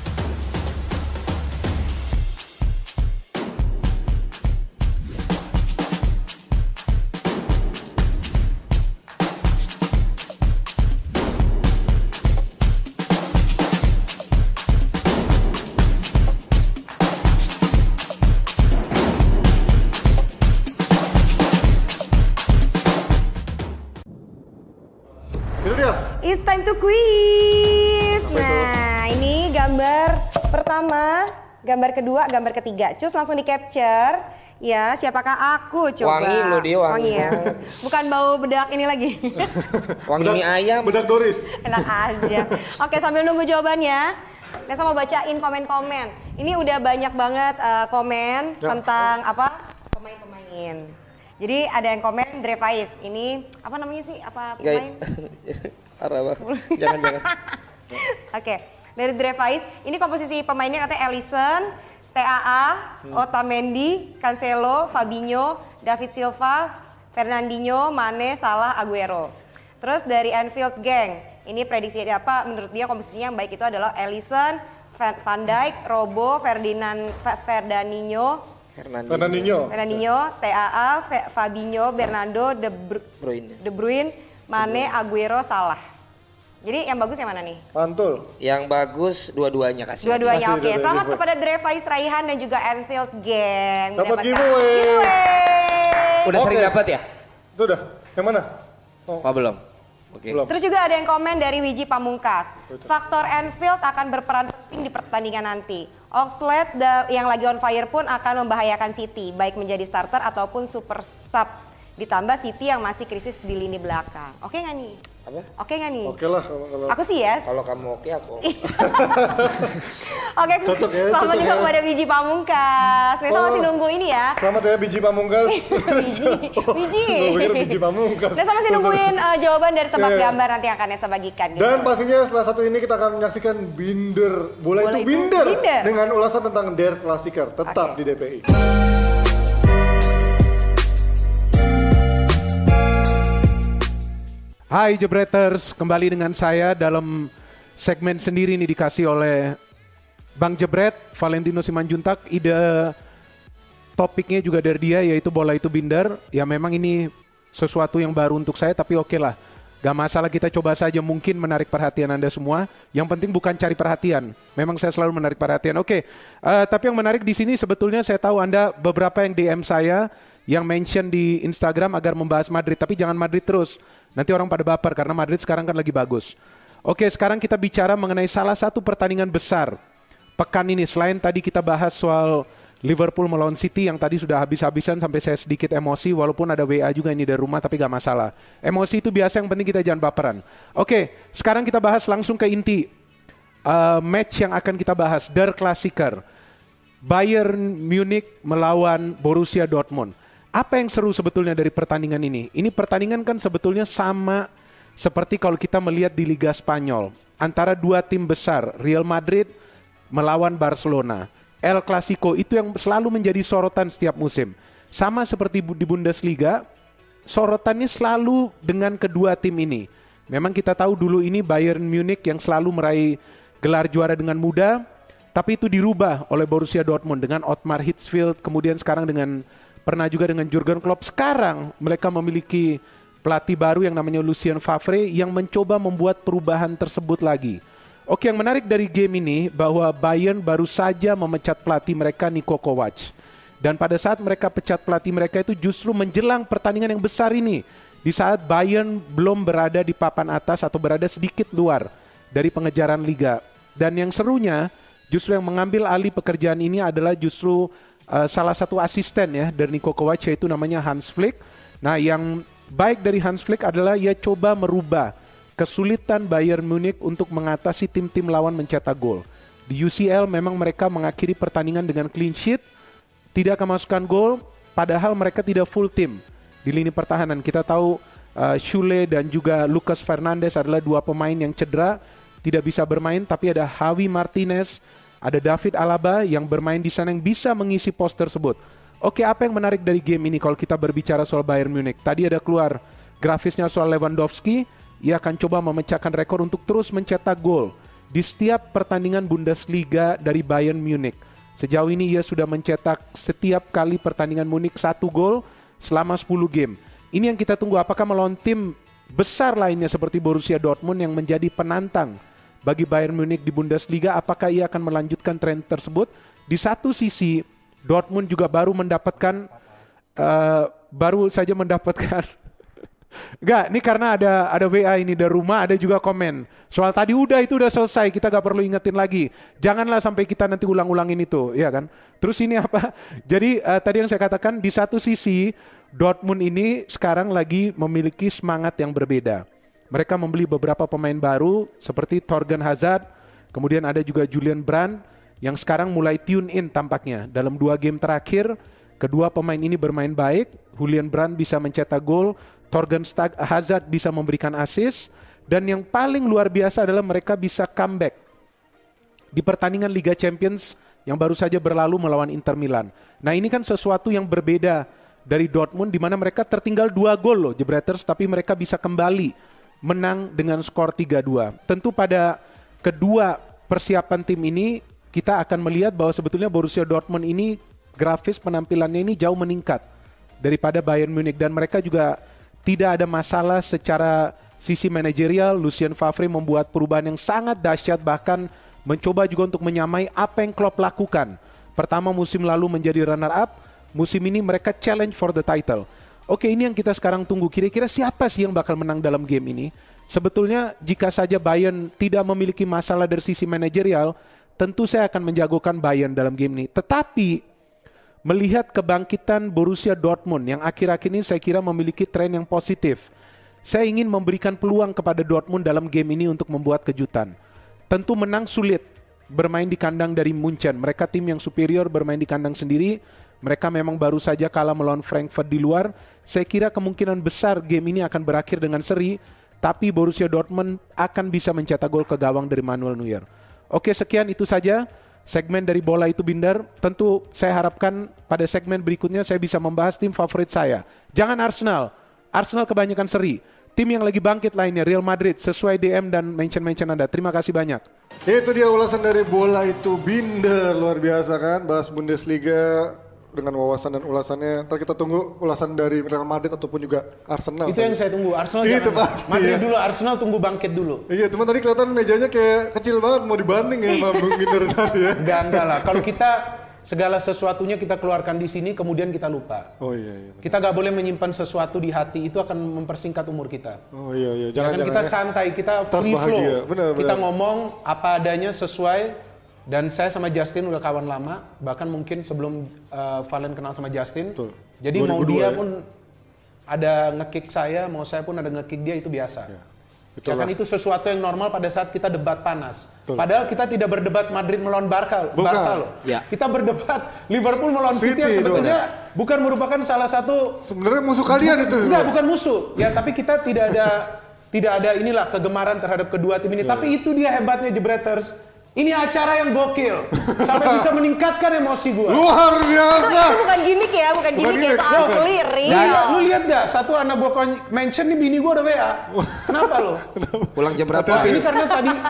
Itu dia.
It's time to quiz. Nah, ini gambar pertama, gambar kedua, gambar ketiga. Cus langsung di capture. Ya, siapakah aku? Coba.
Wangi loh dia, wangi.
ya. Bukan bau bedak ini lagi.
Wangi mie ayam.
Bedak Doris.
Enak aja. Oke, sambil nunggu jawabannya, Nesa mau bacain komen-komen. Ini udah banyak banget komen tentang apa? Pemain-pemain. Jadi ada yang komen Drevais. Ini apa namanya sih? Apa pemain?
Arah jangan.
Oke, dari Drevais. Ini komposisi pemainnya katanya Alisson, TAA, Otamendi, Cancelo, Fabinho, David Silva, Fernandinho, Mane, Salah, Aguero. Terus dari Anfield Gang. Ini prediksi apa? Menurut dia komposisinya yang baik itu adalah Alisson, Van Dijk, Robo, Fernandinho, TAA, Fabinho, Bernardo, De Bruyne, Mane, Aguero, Salah. Jadi yang bagus yang mana nih?
Mantul.
Yang bagus dua-duanya kasih.
Dua-duanya,
Masih
oke.
dua-duanya
Selamat
giveaway.
kepada Drevais Raihan dan juga Anfield Gang.
Dapat
mendapatkan
giveaway.
Udah sering
Oke.
dapat ya?
Itu udah. Yang mana?
Oh belum. Oke.
Belum.
Terus juga ada yang komen dari Wiji Pamungkas. Faktor Anfield akan berperan penting di pertandingan nanti. Oxlade yang lagi on fire pun akan membahayakan City, baik menjadi starter ataupun super sub. Ditambah City yang masih krisis di lini belakang. Oke nggak nih?
Apa?
Oke nggak nih?
Oke lah kalau
Aku sih yes.
Kalau kamu oke aku.
Oke,
Cocok ya,
selamat
cocok
juga
ya.
kepada Wiji Pamungkas. Nesa
Oh.
masih nunggu ini ya.
Selamat ya biji pamungkas.
Wiji.
Gue pikir biji pamungkas.
Nesa masih nungguin jawaban dari tebak
Iya.
gambar nanti yang akan Nesa bagikan. Gitu.
Dan pastinya setelah satu ini kita akan menyaksikan Binder. Bola
Bola
itu
itu
Binder.
Binder.
Dengan ulasan tentang Der Klassiker. Tetap
Oke.
di DPI.
Hai Jebreters, kembali dengan saya dalam segmen sendiri nih dikasih oleh Bang Jebret, Valentino Simanjuntak. Ide topiknya juga dari dia yaitu bola itu Binder. Ya memang ini sesuatu yang baru untuk saya tapi oke lah. Gak masalah, kita coba saja, mungkin menarik perhatian Anda semua. Yang penting bukan cari perhatian. Memang saya selalu menarik perhatian. Oke, tapi yang menarik di sini sebetulnya saya tahu Anda beberapa yang DM saya yang mention di Instagram agar membahas Madrid. Tapi jangan Madrid terus. Nanti orang pada baper karena Madrid sekarang kan lagi bagus. Oke, sekarang kita bicara mengenai salah satu pertandingan besar pekan ini. Selain tadi kita bahas soal Liverpool melawan City yang tadi sudah habis-habisan sampai saya sedikit emosi. Walaupun ada WA juga ini dari rumah tapi gak masalah. Emosi itu biasa, yang penting kita jangan baperan. Oke, sekarang kita bahas langsung ke inti match yang akan kita bahas. Der Klassiker. Bayern Munich melawan Borussia Dortmund. Apa yang seru sebetulnya dari pertandingan ini? Ini pertandingan kan sebetulnya sama seperti kalau kita melihat di Liga Spanyol. Antara dua tim besar, Real Madrid melawan Barcelona. El Clasico itu yang selalu menjadi sorotan setiap musim. Sama seperti di Bundesliga, sorotannya selalu dengan kedua tim ini. Memang kita tahu dulu ini Bayern Munich yang selalu meraih gelar juara dengan mudah, tapi itu dirubah oleh Borussia Dortmund dengan Ottmar Hitzfeld, kemudian sekarang pernah juga dengan Jurgen Klopp. Sekarang mereka memiliki pelatih baru yang namanya Lucien Favre yang mencoba membuat perubahan tersebut lagi. Oke, yang menarik dari game ini bahwa Bayern baru saja memecat pelatih mereka Niko Kovac. Dan pada saat mereka pecat pelatih mereka itu justru menjelang pertandingan yang besar ini. Di saat Bayern belum berada di papan atas atau berada sedikit luar dari pengejaran Liga. Dan yang serunya justru yang mengambil alih pekerjaan ini adalah justru salah satu asisten ya dari Niko Kovac, yaitu namanya Hans Flick. Nah, yang baik dari Hans Flick adalah ia coba merubah kesulitan Bayern Munich untuk mengatasi tim-tim lawan mencetak gol. Di UCL memang mereka mengakhiri pertandingan dengan clean sheet. tidak kemasukan gol, padahal mereka tidak full tim di lini pertahanan. Kita tahu Schule dan juga Lucas Fernandes adalah 2 pemain yang cedera, tidak bisa bermain, tapi ada Javi Martinez, ada David Alaba yang bermain di sana yang bisa mengisi pos tersebut. Oke, apa yang menarik dari game ini kalau kita berbicara soal Bayern Munich? Tadi ada keluar grafisnya soal Lewandowski, ia akan coba memecahkan rekor untuk terus mencetak gol di setiap pertandingan Bundesliga dari Bayern Munich. Sejauh ini ia sudah mencetak setiap kali pertandingan Munich 1 gol selama 10 game. Ini yang kita tunggu, apakah melawan tim besar lainnya seperti Borussia Dortmund yang menjadi penantang bagi Bayern Munich di Bundesliga, apakah ia akan melanjutkan tren tersebut? Di satu sisi Dortmund juga baru saja mendapatkan enggak, ini karena ada WA ini dari rumah, ada juga komen soal tadi itu udah selesai, kita gak perlu ingetin lagi, janganlah sampai kita nanti ulang-ulangin itu, ya kan? Terus ini apa? Jadi tadi yang saya katakan, di satu sisi Dortmund ini sekarang lagi memiliki semangat yang berbeda. Mereka membeli beberapa pemain baru seperti Thorgan Hazard, kemudian ada juga Julian Brandt yang sekarang mulai tune in tampaknya. Dalam 2 game terakhir, kedua pemain ini bermain baik. Julian Brandt bisa mencetak gol, Thorgan Hazard bisa memberikan assist, dan yang paling luar biasa adalah mereka bisa comeback di pertandingan Liga Champions yang baru saja berlalu melawan Inter Milan. Nah, ini kan sesuatu yang berbeda dari Dortmund di mana mereka tertinggal 2 gol loh, Jebreters, tapi mereka bisa kembali menang dengan skor 3-2. Tentu pada kedua persiapan tim ini kita akan melihat bahwa sebetulnya Borussia Dortmund ini grafis penampilannya ini jauh meningkat daripada Bayern Munich, dan mereka juga tidak ada masalah secara sisi manajerial. Lucien Favre membuat perubahan yang sangat dahsyat, bahkan mencoba juga untuk menyamai apa yang Klopp lakukan. Pertama musim lalu menjadi runner up, musim ini mereka challenge for the title. Oke, ini yang kita sekarang tunggu, kira-kira siapa sih yang bakal menang dalam game ini? Sebetulnya jika saja Bayern tidak memiliki masalah dari sisi manajerial, tentu saya akan menjagokan Bayern dalam game ini. Tetapi melihat kebangkitan Borussia Dortmund yang akhir-akhir ini saya kira memiliki tren yang positif, saya ingin memberikan peluang kepada Dortmund dalam game ini untuk membuat kejutan. Tentu menang sulit bermain di kandang dari Munchen. Mereka tim yang superior bermain di kandang sendiri. Mereka memang baru saja kalah melawan Frankfurt di luar. Saya kira kemungkinan besar game ini akan berakhir dengan seri, tapi Borussia Dortmund akan bisa mencetak gol ke gawang dari Manuel Neuer. Oke, sekian itu saja segmen dari Bola Itu Binder. Tentu saya harapkan pada segmen berikutnya saya bisa membahas tim favorit saya. Jangan Arsenal. Arsenal kebanyakan seri. Tim yang lagi bangkit lainnya Real Madrid, sesuai DM dan mention Anda. Terima kasih banyak.
Itu dia ulasan dari Bola Itu Binder. Luar biasa kan, bahas Bundesliga dengan wawasan dan ulasannya. Ntar kita tunggu ulasan dari Real Madrid ataupun juga Arsenal.
Itu yang saya tunggu. Arsenal
itu
jangan.
pasti,
Madrid
ya.
dulu, Arsenal tunggu bangkit dulu.
Iya, cuma tadi kelihatan mejanya kayak kecil banget, mau dibanding ya sama Bung Binder tadi ya.
Enggak lah. Kalau kita segala sesuatunya kita keluarkan di sini, kemudian kita lupa.
Oh iya.
Kita nggak boleh menyimpan sesuatu di hati, itu akan mempersingkat umur kita.
Oh iya.
Jangan kita santai, kita free flow.
Benar.
Kita ngomong apa adanya sesuai. Dan saya sama Justin udah kawan lama, bahkan mungkin sebelum Valen kenal sama Justin.
Betul.
Jadi
2002,
mau dia
ya?
pun ada nge-kick saya, mau saya pun ada nge-kick dia, itu biasa. Ya kan itu sesuatu yang normal pada saat kita debat panas. Betul. Padahal kita tidak berdebat Madrid melawan Barca loh. Ya. Kita berdebat Liverpool melawan City yang sebetulnya bukan merupakan salah satu.
Sebenarnya musuh kalian itu.
Enggak, bukan musuh. Ya, tapi kita tidak ada inilah kegemaran terhadap kedua tim ini. Tapi itu dia hebatnya Jebreters. Ini acara yang gokil, sampai bisa meningkatkan emosi gue.
Luar biasa.
Itu bukan gimmick ya, bukan gimmick ya, itu asli, real.
Lu lihat gak, satu anak gue mention nih bini gue udah WA. Kenapa lo?
Pulang jam berapa?
Ini karena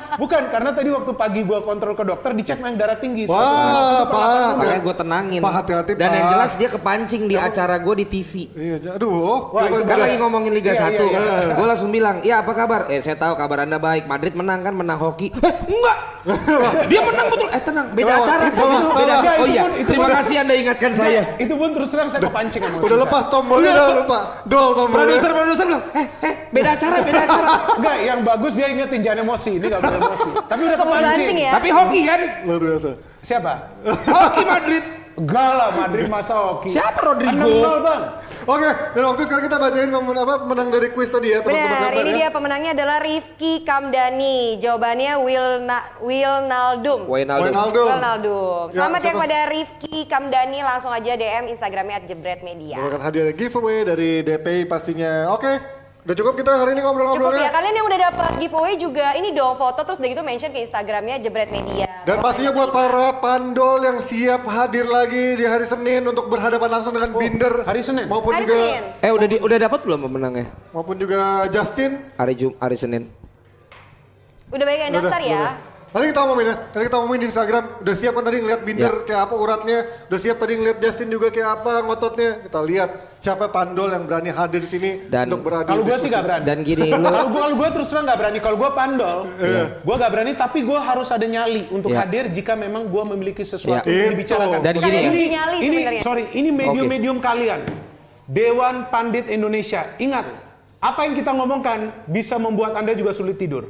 tadi waktu pagi gue kontrol ke dokter, dicek main darah tinggi.
Wah, Pak.
Makanya gue tenangin.
Pak, hati-hati,
Dan
Pak.
yang jelas dia kepancing di acara gue di TV.
Iya, aduh.
Wah, itu
Kan lagi ngomongin Liga 1.
Iya.
Gue langsung bilang, ya apa kabar? Saya tahu kabar Anda baik. Madrid menang kan, menang hoki. Enggak. Dia menang betul. Tenang, beda acara. Beda acara. Oh iya, terima kasih Anda ingatkan saya.
Itu pun terus terang saya kepancing emosi.
Udah lepas tombolnya, udah lupa. Tombolnya.
Produser bilang, beda acara.
Enggak, yang bagus dia ingetin jangan emosi. Ini gak boleh emosi. Tapi udah
Kamu
kepancing.
ganting ya.
Tapi hoki kan?
Luar biasa.
Siapa?
Hoki Madrid.
Enggak lah, Madrid masa hoki.
Siapa Rodrigo?
6-0 Bang.
Oke, dan waktu sekarang kita bacain pemenang dari kuis tadi ya teman-teman.
Benar, ini dia pemenangnya adalah Rifki Kamdani. Jawabannya Wijnaldum. Selamat ya kepada Rifki Kamdani, langsung aja DM Instagramnya @jebretmedia.
Akan hadiah giveaway dari DPI pastinya. Oke. Udah cukup kita hari ini ngobrol-ngobrolnya.
Cukup ya, kalian yang udah dapat giveaway juga ini dong foto terus udah gitu mention ke Instagramnya Jebret Media.
Dan pastinya buat para pandol yang siap hadir lagi di hari Senin untuk berhadapan langsung dengan Binder.
Hari Senin?
Maupun
Hari
juga
Senin.
Udah dapat belum pemenangnya?
Maupun juga Justin.
Hari Senin.
Udah banyak yang daftar ya.
Nanti kita ngomongin di Instagram. Udah siap kan tadi ngeliat Binder kayak apa uratnya. Udah siap tadi ngeliat Justin juga kayak apa ngototnya. Kita lihat siapa pandol yang berani hadir di sini untuk beradu.
Kalau gue sih gak berani.
Dan gini,
kalau gue terus terang gak berani. Kalau gue pandol, gue gak berani. Tapi gue harus ada nyali untuk hadir jika memang gue memiliki sesuatu yang dibicarakan.
Dan gini ya.
Ini medium-medium kalian. Dewan Pandit Indonesia. Ingat. Apa yang kita ngomongkan bisa membuat Anda juga sulit tidur.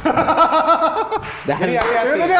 Jadi hati-hati.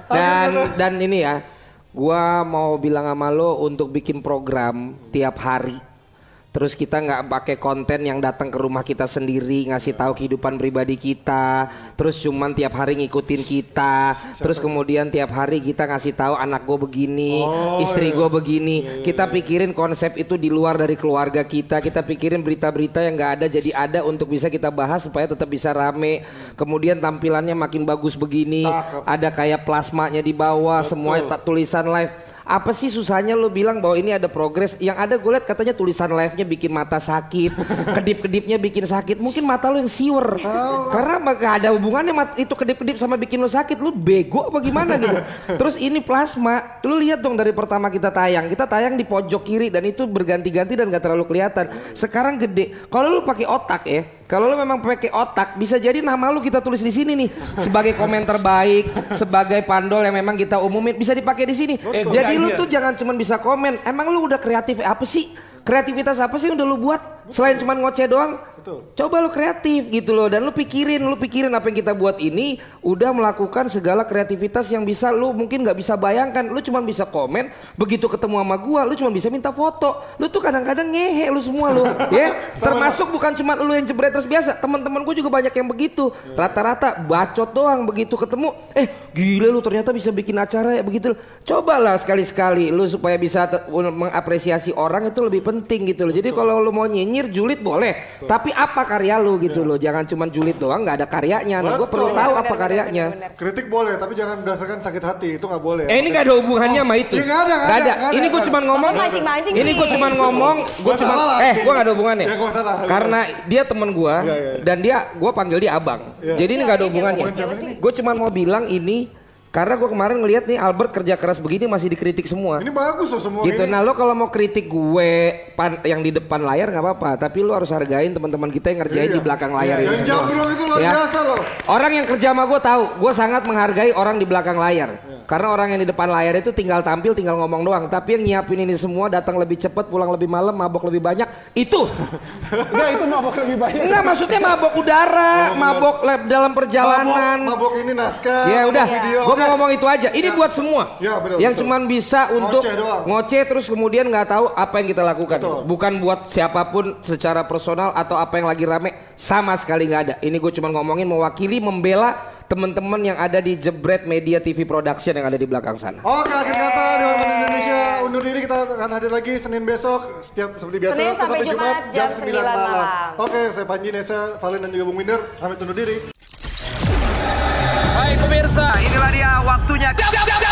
Dan ini ya, gua mau bilang sama lo untuk bikin program tiap hari. Terus kita nggak pakai konten yang datang ke rumah kita sendiri ngasih tahu kehidupan pribadi kita, terus cuman tiap hari ngikutin kita, terus kemudian tiap hari kita ngasih tahu anak gue begini, istri gue begini. Kita pikirin konsep itu di luar dari keluarga kita pikirin berita-berita yang nggak ada jadi ada untuk bisa kita bahas supaya tetap bisa rame. Kemudian tampilannya makin bagus begini, ada kayak plasmanya di bawah, semuanya tulisan live. Apa sih susahnya lo bilang bahwa ini ada progres? Yang ada gue lihat katanya tulisan live-nya bikin mata sakit, kedip-kedipnya bikin sakit. Mungkin mata lo yang siwer. Karena gak ada hubungannya itu kedip-kedip sama bikin lo sakit. Lo bego apa gimana gitu. Terus ini plasma. Lo lihat dong dari pertama kita tayang di pojok kiri dan itu berganti-ganti dan gak terlalu kelihatan. Sekarang gede. Kalau lo pakai otak ya, kalau lo memang pakai otak, bisa jadi nama lo kita tulis di sini nih sebagai komentar baik, sebagai pandol yang memang kita umumin bisa dipakai di sini. Jadi lu tuh jangan cuma bisa komen. Emang lu udah kreatif apa sih? Kreativitas apa sih yang udah lu buat? Selain cuma ngoceh doang. Coba lu kreatif gitu loh. Dan lu pikirin apa yang kita buat ini udah melakukan segala kreativitas yang bisa lu mungkin gak bisa bayangkan. Lu cuma bisa komen, begitu ketemu sama gua lu cuma bisa minta foto. Lu tuh kadang-kadang ngehe lu semua lu. Ya, termasuk bukan cuma lu yang jebreters biasa. Teman-teman gua juga banyak yang begitu. Rata-rata bacot doang, begitu ketemu gila lu ternyata bisa bikin acara ya begitu. Cobalah sekali-sekali lu supaya bisa mengapresiasi orang itu lebih penting gitu loh. Jadi kalau lu mau nyinyir julid boleh, tapi apa karya lu gitu loh. Jangan cuma julid doang nggak ada karyanya. Nah, gue perlu tahu apa karyanya.
Kritik boleh, tapi jangan berdasarkan sakit hati, itu nggak boleh.
Ini nggak ada hubungannya sama itu.
Nggak ada.
Ini gue cuma ngomong. Ini gue cuma ngomong. Gue nggak ada hubungannya. Karena dia teman gue dan gue panggil dia abang. Jadi ini nggak ada hubungannya. Gue cuma mau bilang ini. Karena gue kemarin ngeliat nih Albert kerja keras begini masih dikritik semua.
Ini bagus loh semua
gitu.
Ini.
Nah lo kalau mau kritik gue yang di depan layar nggak apa-apa, tapi lo harus hargain teman-teman kita yang ngerjain di belakang layar ini semua.
Itu luar biasa loh.
Orang yang kerja sama gue tahu, gue sangat menghargai orang di belakang layar. Karena orang yang di depan layar itu tinggal tampil, tinggal ngomong doang. Tapi yang nyiapin ini semua datang lebih cepat, pulang lebih malam, mabok lebih banyak. Itu.
Enggak, itu mabok lebih banyak.
Enggak, maksudnya mabok udara, mabok dalam perjalanan.
Mabok ini naskah.
Ya udah, gue mau ngomong itu aja. Ini buat semua.
Ya, betul,
yang cuman bisa untuk ngoceh terus kemudian nggak tahu apa yang kita lakukan.
Betul.
Bukan buat siapapun secara personal atau apa yang lagi rame, sama sekali nggak ada. Ini gue cuman ngomongin mewakili membela teman-teman yang ada di Jebret Media TV Production yang ada di belakang sana.
Oke, akhir kata Dewan Pandit Indonesia undur diri, kita akan hadir lagi Senin besok seperti biasa
Senin sampai Jumat jam 9 malam.
Oke, saya Panji, Nesa, Valen dan juga Bung Minder pamit undur diri.
Hai pemirsa, inilah dia waktunya.